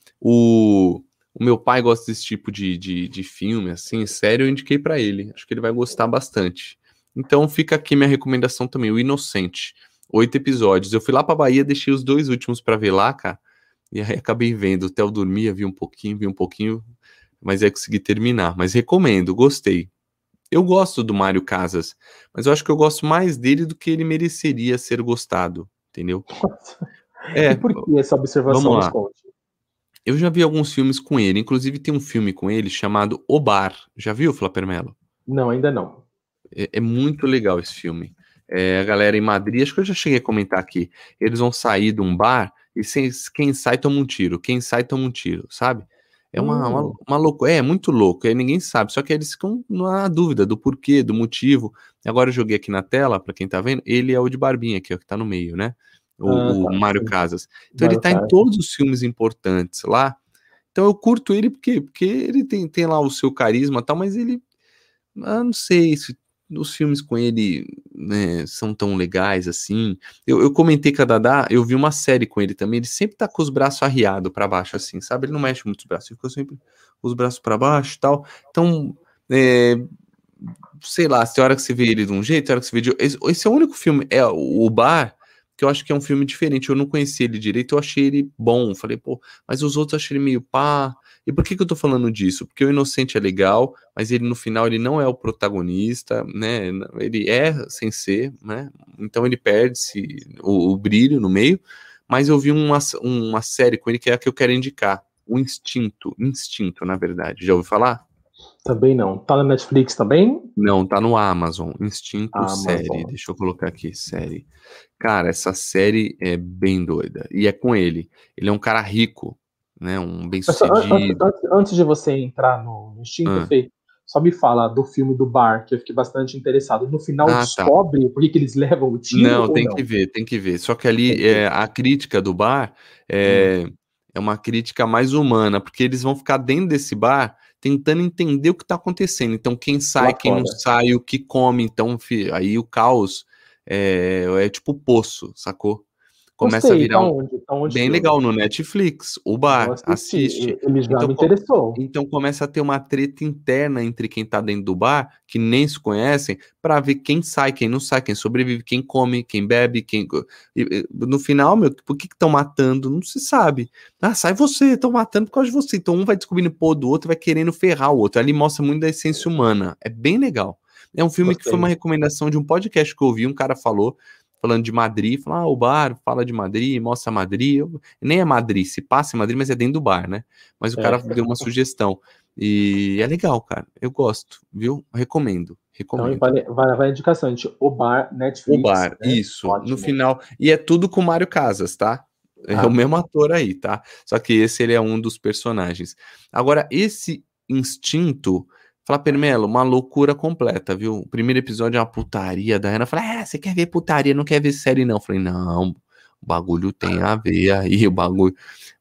o meu pai gosta desse tipo de filme, assim, sério, eu indiquei pra ele. Acho que ele vai gostar bastante. Então fica aqui minha recomendação também, O Inocente. 8 episódios. Eu fui lá pra Bahia, deixei os 2 últimos pra ver lá, cara. E aí acabei vendo. O Theo dormia, vi um pouquinho, mas aí consegui terminar. Mas recomendo, gostei. Eu gosto do Mário Casas, mas eu acho que eu gosto mais dele do que ele mereceria ser gostado, entendeu? E É, por que essa vamos observação nos lá. conte? Eu já vi alguns filmes com ele, inclusive tem um filme com ele chamado O Bar. Já viu, Flapermelo? Não, ainda não. É muito legal esse filme. A galera em Madrid, acho que eu já cheguei a comentar aqui. Eles vão sair de um bar e quem sai toma um tiro. Quem sai toma um tiro, sabe? É Hum, uma loucura. É muito louco. Aí ninguém sabe. Só que eles ficam na dúvida do porquê, do motivo. Agora eu joguei aqui na tela, pra quem tá vendo. Ele é o de barbinha aqui, ó, que tá no meio, né? O tá, Mário sim. Casas. Então ele Mário tá em Casas. todos os filmes importantes lá. Então eu curto ele porque ele tem lá o seu carisma e tal, mas ele não sei se os filmes com ele, né, são tão legais assim. Eu comentei com a Dadá, eu vi uma série com ele também, ele sempre tá com os braços arriados pra baixo assim, sabe? Ele não mexe muito os braços, ele ficou sempre os braços para baixo e tal. Então, sei lá, tem hora que você vê ele de um jeito, tem hora que você vê de outro. Esse é o único filme, o Bar, que eu acho que é um filme diferente. Eu não conheci ele direito, eu achei ele bom. Falei, pô, mas os outros eu achei ele meio pá. E por que eu tô falando disso? Porque o Inocente é legal, mas ele no final ele não é o protagonista, né? Ele é sem ser, né? Então ele perde-se o brilho no meio. Mas eu vi uma série com ele que é a que eu quero indicar. O Instinto, na verdade. Já ouviu falar? Também não. Tá na Netflix também? Não, tá no Amazon. Instinto série. Amazon. Deixa eu colocar aqui, série. Cara, essa série é bem doida. E é com ele. Ele é um cara rico, né? Um Mas só, bem-sucedido. antes de você entrar no Instinto, Ah, Fê, só me fala do filme do bar, que eu fiquei bastante interessado. No final tá. descobre por que eles levam o tiro Não, ou tem que não? ver, tem que ver. Só que ali Tem que ver. a crítica do bar Hum, é uma crítica mais humana, porque eles vão ficar dentro desse bar tentando entender o que está acontecendo. Então, quem sai, lá quem não fora. sai, o que come. Então, aí o caos é tipo poço, sacou? Começa a Gostei. virar Tá onde bem filme? legal no Netflix, o Vou bar, assistir. assiste. Ele já Então, me interessou. então começa a ter uma treta interna entre quem tá dentro do bar, que nem se conhecem, para ver quem sai, quem não sai, quem sobrevive, quem come, quem bebe, no final, meu, por que estão matando? Não se sabe. Ah, sai você, estão matando por causa de você. Então um vai descobrindo o pô do outro, vai querendo ferrar o outro. Ali mostra muito da essência humana. É bem legal. É um filme que foi uma Gostei. recomendação de um podcast que eu ouvi, um cara falando de Madrid, fala, o bar fala de Madrid, mostra Madrid, nem é Madrid, se passa em Madrid, mas é dentro do bar, né? Mas o cara É. deu uma sugestão, e é legal, cara, eu gosto, viu? Então Recomendo. vai a indicação, gente. O bar, O Netflix, bar, né? isso, no Ótimo. final, e é tudo com o Mário Casas, tá? É o Ah, mesmo ator aí, tá? Só que esse ele é um dos personagens. Agora, esse instinto, fala Permelo, uma loucura completa, viu? O primeiro episódio é uma putaria da Ana. Fala, você quer ver putaria, não quer ver série, não? Eu falei, não, o bagulho tem a ver aí, o bagulho.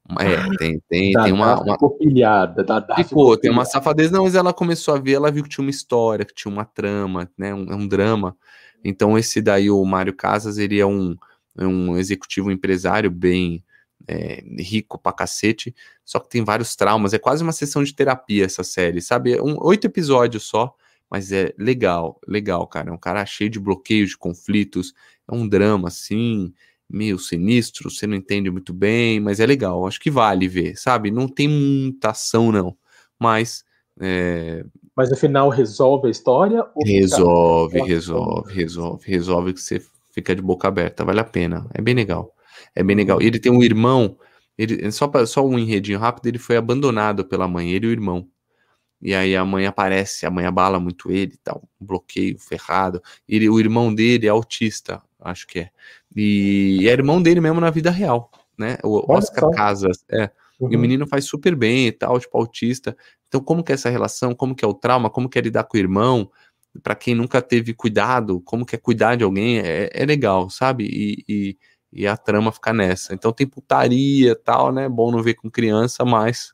Tem Dadá uma. ficou pilhada. Dadá ficou Ficou, tem uma pilhada. safadeza, não, mas ela começou a ver, ela viu que tinha uma história, que tinha uma trama, né? Um drama. Então, esse daí, o Mário Casas, ele é um executivo empresário bem rico pra cacete, só que tem vários traumas. É quase uma sessão de terapia essa série, sabe? 8 episódios só, mas é legal, cara. É um cara cheio de bloqueios, de conflitos, é um drama, assim, meio sinistro, você não entende muito bem, mas é legal. Acho que vale ver, sabe? Não tem muita ação, não, mas Mas no final resolve a história ou fica resolve, aquela questão. resolve, resolve, resolve que você fica de boca aberta, vale a pena. É bem legal. É bem legal. E Uhum. ele tem um irmão, só um enredinho rápido, ele foi abandonado pela mãe, ele e o irmão. E aí a mãe aparece, a mãe abala muito ele, tá um bloqueio ferrado. O irmão dele é autista, acho que é. E é irmão dele mesmo na vida real, né? O Olha Oscar só. Casas, é. E o Uhum. menino faz super bem e tal, tipo autista. Então, como que é essa relação? Como que é o trauma? Como que é lidar com o irmão? Pra quem nunca teve cuidado, como que é cuidar de alguém? É legal, sabe? E a trama fica nessa. Então tem putaria e tal, né? Bom não ver com criança, mas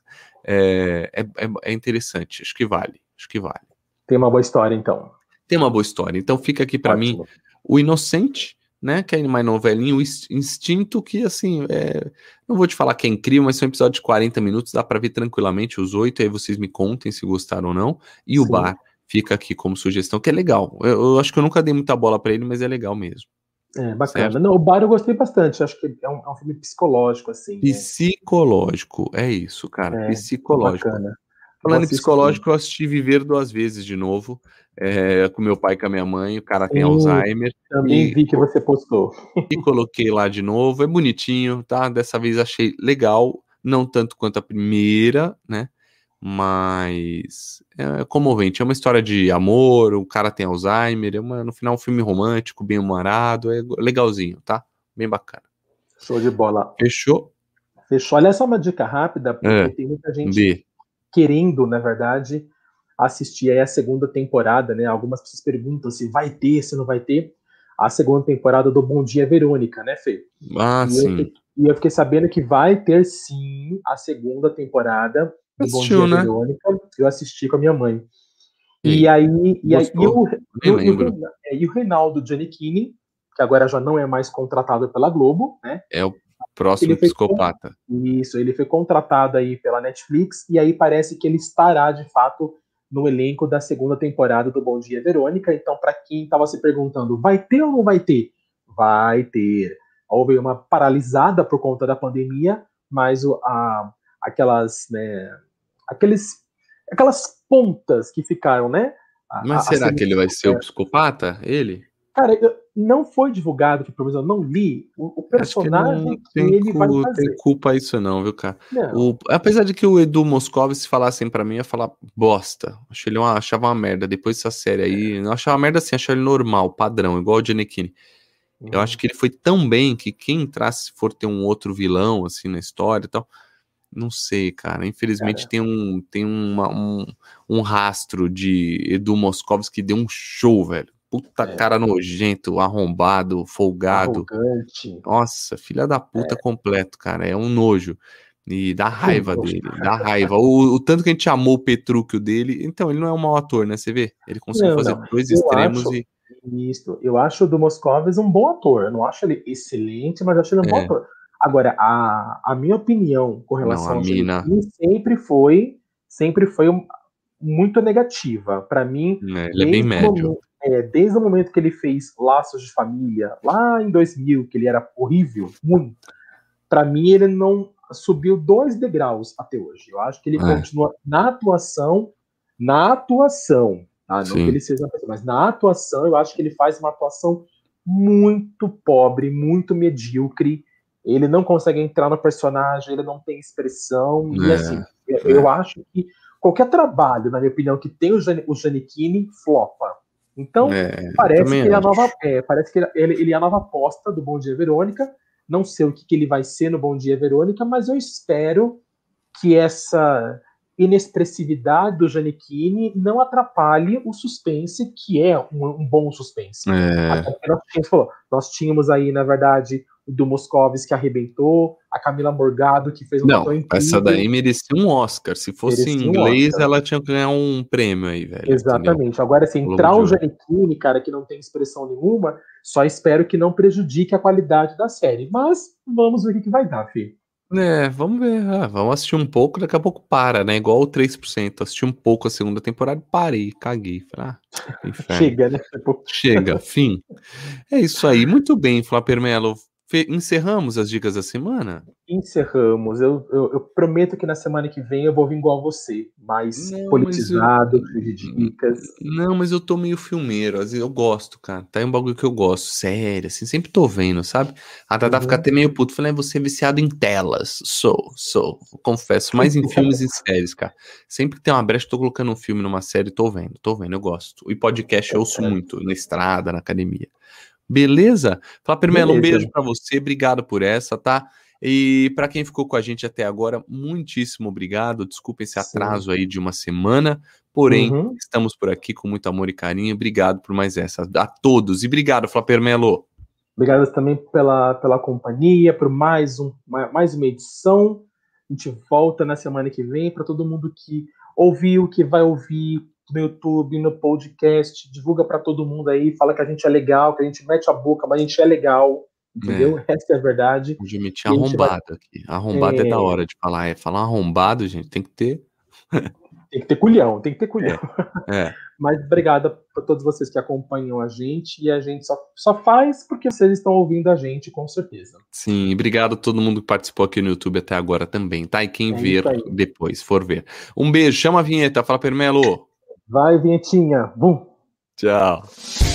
é interessante. Acho que vale. Acho que vale. Tem uma boa história, então. Tem uma boa história. Então fica aqui pra mim Ótimo. o Inocente, né? Que é mais novelinho, o Instinto, que assim, não vou te falar que é incrível, mas são episódios de 40 minutos, dá pra ver tranquilamente os 8, aí vocês me contem se gostaram ou não. E o Sim. Bar fica aqui como sugestão, que é legal. Eu acho que eu nunca dei muita bola pra ele, mas é legal mesmo. É, Certo? bacana. Não, o bar eu gostei bastante. Acho que é um filme psicológico, assim, né? Psicológico, é isso, cara. É, Psicológico. bacana. Vou Falando em assistir. psicológico, eu assisti Viver 2 vezes de novo, com meu pai e com a minha mãe. O cara tem Sim, Alzheimer também e, vi que você postou. e coloquei lá de novo. É bonitinho, tá? Dessa vez achei legal, não tanto quanto a primeira, né? Mas é comovente. É uma história de amor. O cara tem Alzheimer. No final, um filme romântico, bem humorado. É legalzinho, tá? Bem bacana. Show de bola. Fechou? Fechou. Olha só uma dica rápida, porque É, tem muita gente B. querendo, na verdade, assistir aí a segunda temporada, né? Algumas pessoas perguntam se vai ter, se não vai ter a segunda temporada do Bom Dia Verônica, né, Fê? Ah, sim. E eu fiquei sabendo que vai ter sim a segunda temporada do Bom Assistiu, Dia né? Verônica. Eu assisti com a minha mãe. E E aí? aí, Gostou? Nem lembro. e o Reinaldo Giannichini, que agora já não é mais contratado pela Globo, né? É o Próximo psicopata. Isso, ele foi contratado aí pela Netflix, e aí parece que ele estará, de fato, no elenco da segunda temporada do Bom Dia, Verônica. Então, para quem estava se perguntando, vai ter ou não vai ter? Vai ter. Houve uma paralisada por conta da pandemia, mas aquelas pontas que ficaram, né? Mas será que ele vai ser o psicopata? Ele? Cara, não foi divulgado, que pelo menos eu não li, o personagem Acho que não ele vai fazer. tem culpa isso não, viu, cara? Não. Apesar de que o Edu Moscovis falassem pra mim, eu ia falar bosta. Achava uma merda. Depois dessa série aí, não achava merda assim, achava ele normal, padrão, igual o Giannichini. Eu acho que ele foi tão bem que quem entrasse, se for ter um outro vilão, assim, na história e tal, não sei, cara. Infelizmente tem um rastro de Edu Moscovis que deu um show, velho. Puta cara nojento, arrombado, folgado. Arrogante. Nossa, filha da puta completo, cara. É um nojo. E dá raiva dele, dá raiva. O tanto que a gente amou o Petrúquio dele. Então, ele não é um mau ator, né? Você vê? Ele conseguiu fazer dois extremos eu acho o do Moscovis um bom ator. Eu não acho ele excelente, mas acho ele um bom ator. Agora, a minha opinião com relação ao Giannichini sempre foi muito negativa. Para mim, ele é bem médio. Desde o momento que ele fez Laços de Família, lá em 2000, que ele era horrível, muito. Para mim, ele não subiu 2 degraus até hoje. Eu acho que ele continua na atuação, tá? Não que ele seja uma pessoa, mas na atuação, eu acho que ele faz uma atuação muito pobre, muito medíocre. Ele não consegue entrar no personagem, ele não tem expressão. E assim, eu acho que qualquer trabalho, na minha opinião, que tem o Giannichini, flopa. Então, parece que ele é a nova aposta do Bom Dia, Verônica. Não sei o que ele vai ser no Bom Dia, Verônica, mas eu espero que essa inexpressividade do Giannichini não atrapalhe o suspense, que é um bom suspense. Até porque nós tínhamos aí, na verdade, o do Moscovis, que arrebentou, a Camila Morgado, que fez um papel incrível. Essa daí merecia um Oscar. Se fosse em inglês, ela tinha que ganhar um prêmio aí, velho. Exatamente. Entendeu? Agora, assim, entrar o Giannichini, cara, que não tem expressão nenhuma, só espero que não prejudique a qualidade da série. Mas vamos ver o que vai dar, filho. Vamos ver. Vamos assistir um pouco, daqui a pouco para, né? Igual o 3%. Assisti um pouco a segunda temporada, parei, caguei. Falei, chega, né? Chega, fim. É isso aí. Muito bem, Flávio Melo. Encerramos as dicas da semana? Encerramos. Eu prometo que na semana que vem eu vou vir igual você, mais politizado, cheio de dicas. Não, mas eu tô meio filmeiro, às vezes eu gosto, cara. Tá aí um bagulho que eu gosto, sério, assim, sempre tô vendo, sabe? A Tata fica até meio puto, falei, você é viciado em telas. Sou, confesso, mais em filmes e séries, cara. Sempre que tem uma brecha, tô colocando um filme numa série, tô vendo, eu gosto. E podcast eu ouço muito, na estrada, na academia. Beleza? Flávio Melo, um beijo pra você, obrigado por essa, tá? E para quem ficou com a gente até agora, muitíssimo obrigado. Desculpa esse atraso aí de uma semana, porém, estamos por aqui com muito amor e carinho. Obrigado por mais essa. A todos. E obrigado, Flávio Melo. Obrigado também pela companhia, por mais uma edição. A gente volta na semana que vem. Para todo mundo que ouviu, que vai ouvir no YouTube, no podcast, divulga para todo mundo aí, fala que a gente é legal, que a gente mete a boca, mas a gente é legal. Entendeu? Essa é a verdade. Hoje eu meti arrombado aqui. Arrombado é da hora de falar. Falar arrombado, gente, tem que ter. Tem que ter culhão. Mas obrigado a todos vocês que acompanham a gente. E a gente só faz porque vocês estão ouvindo a gente, com certeza. Sim, obrigado a todo mundo que participou aqui no YouTube até agora também, tá? E quem ver depois, for ver. Um beijo, chama a vinheta, fala Permelo. Vai, vinhetinha. Bum. Tchau.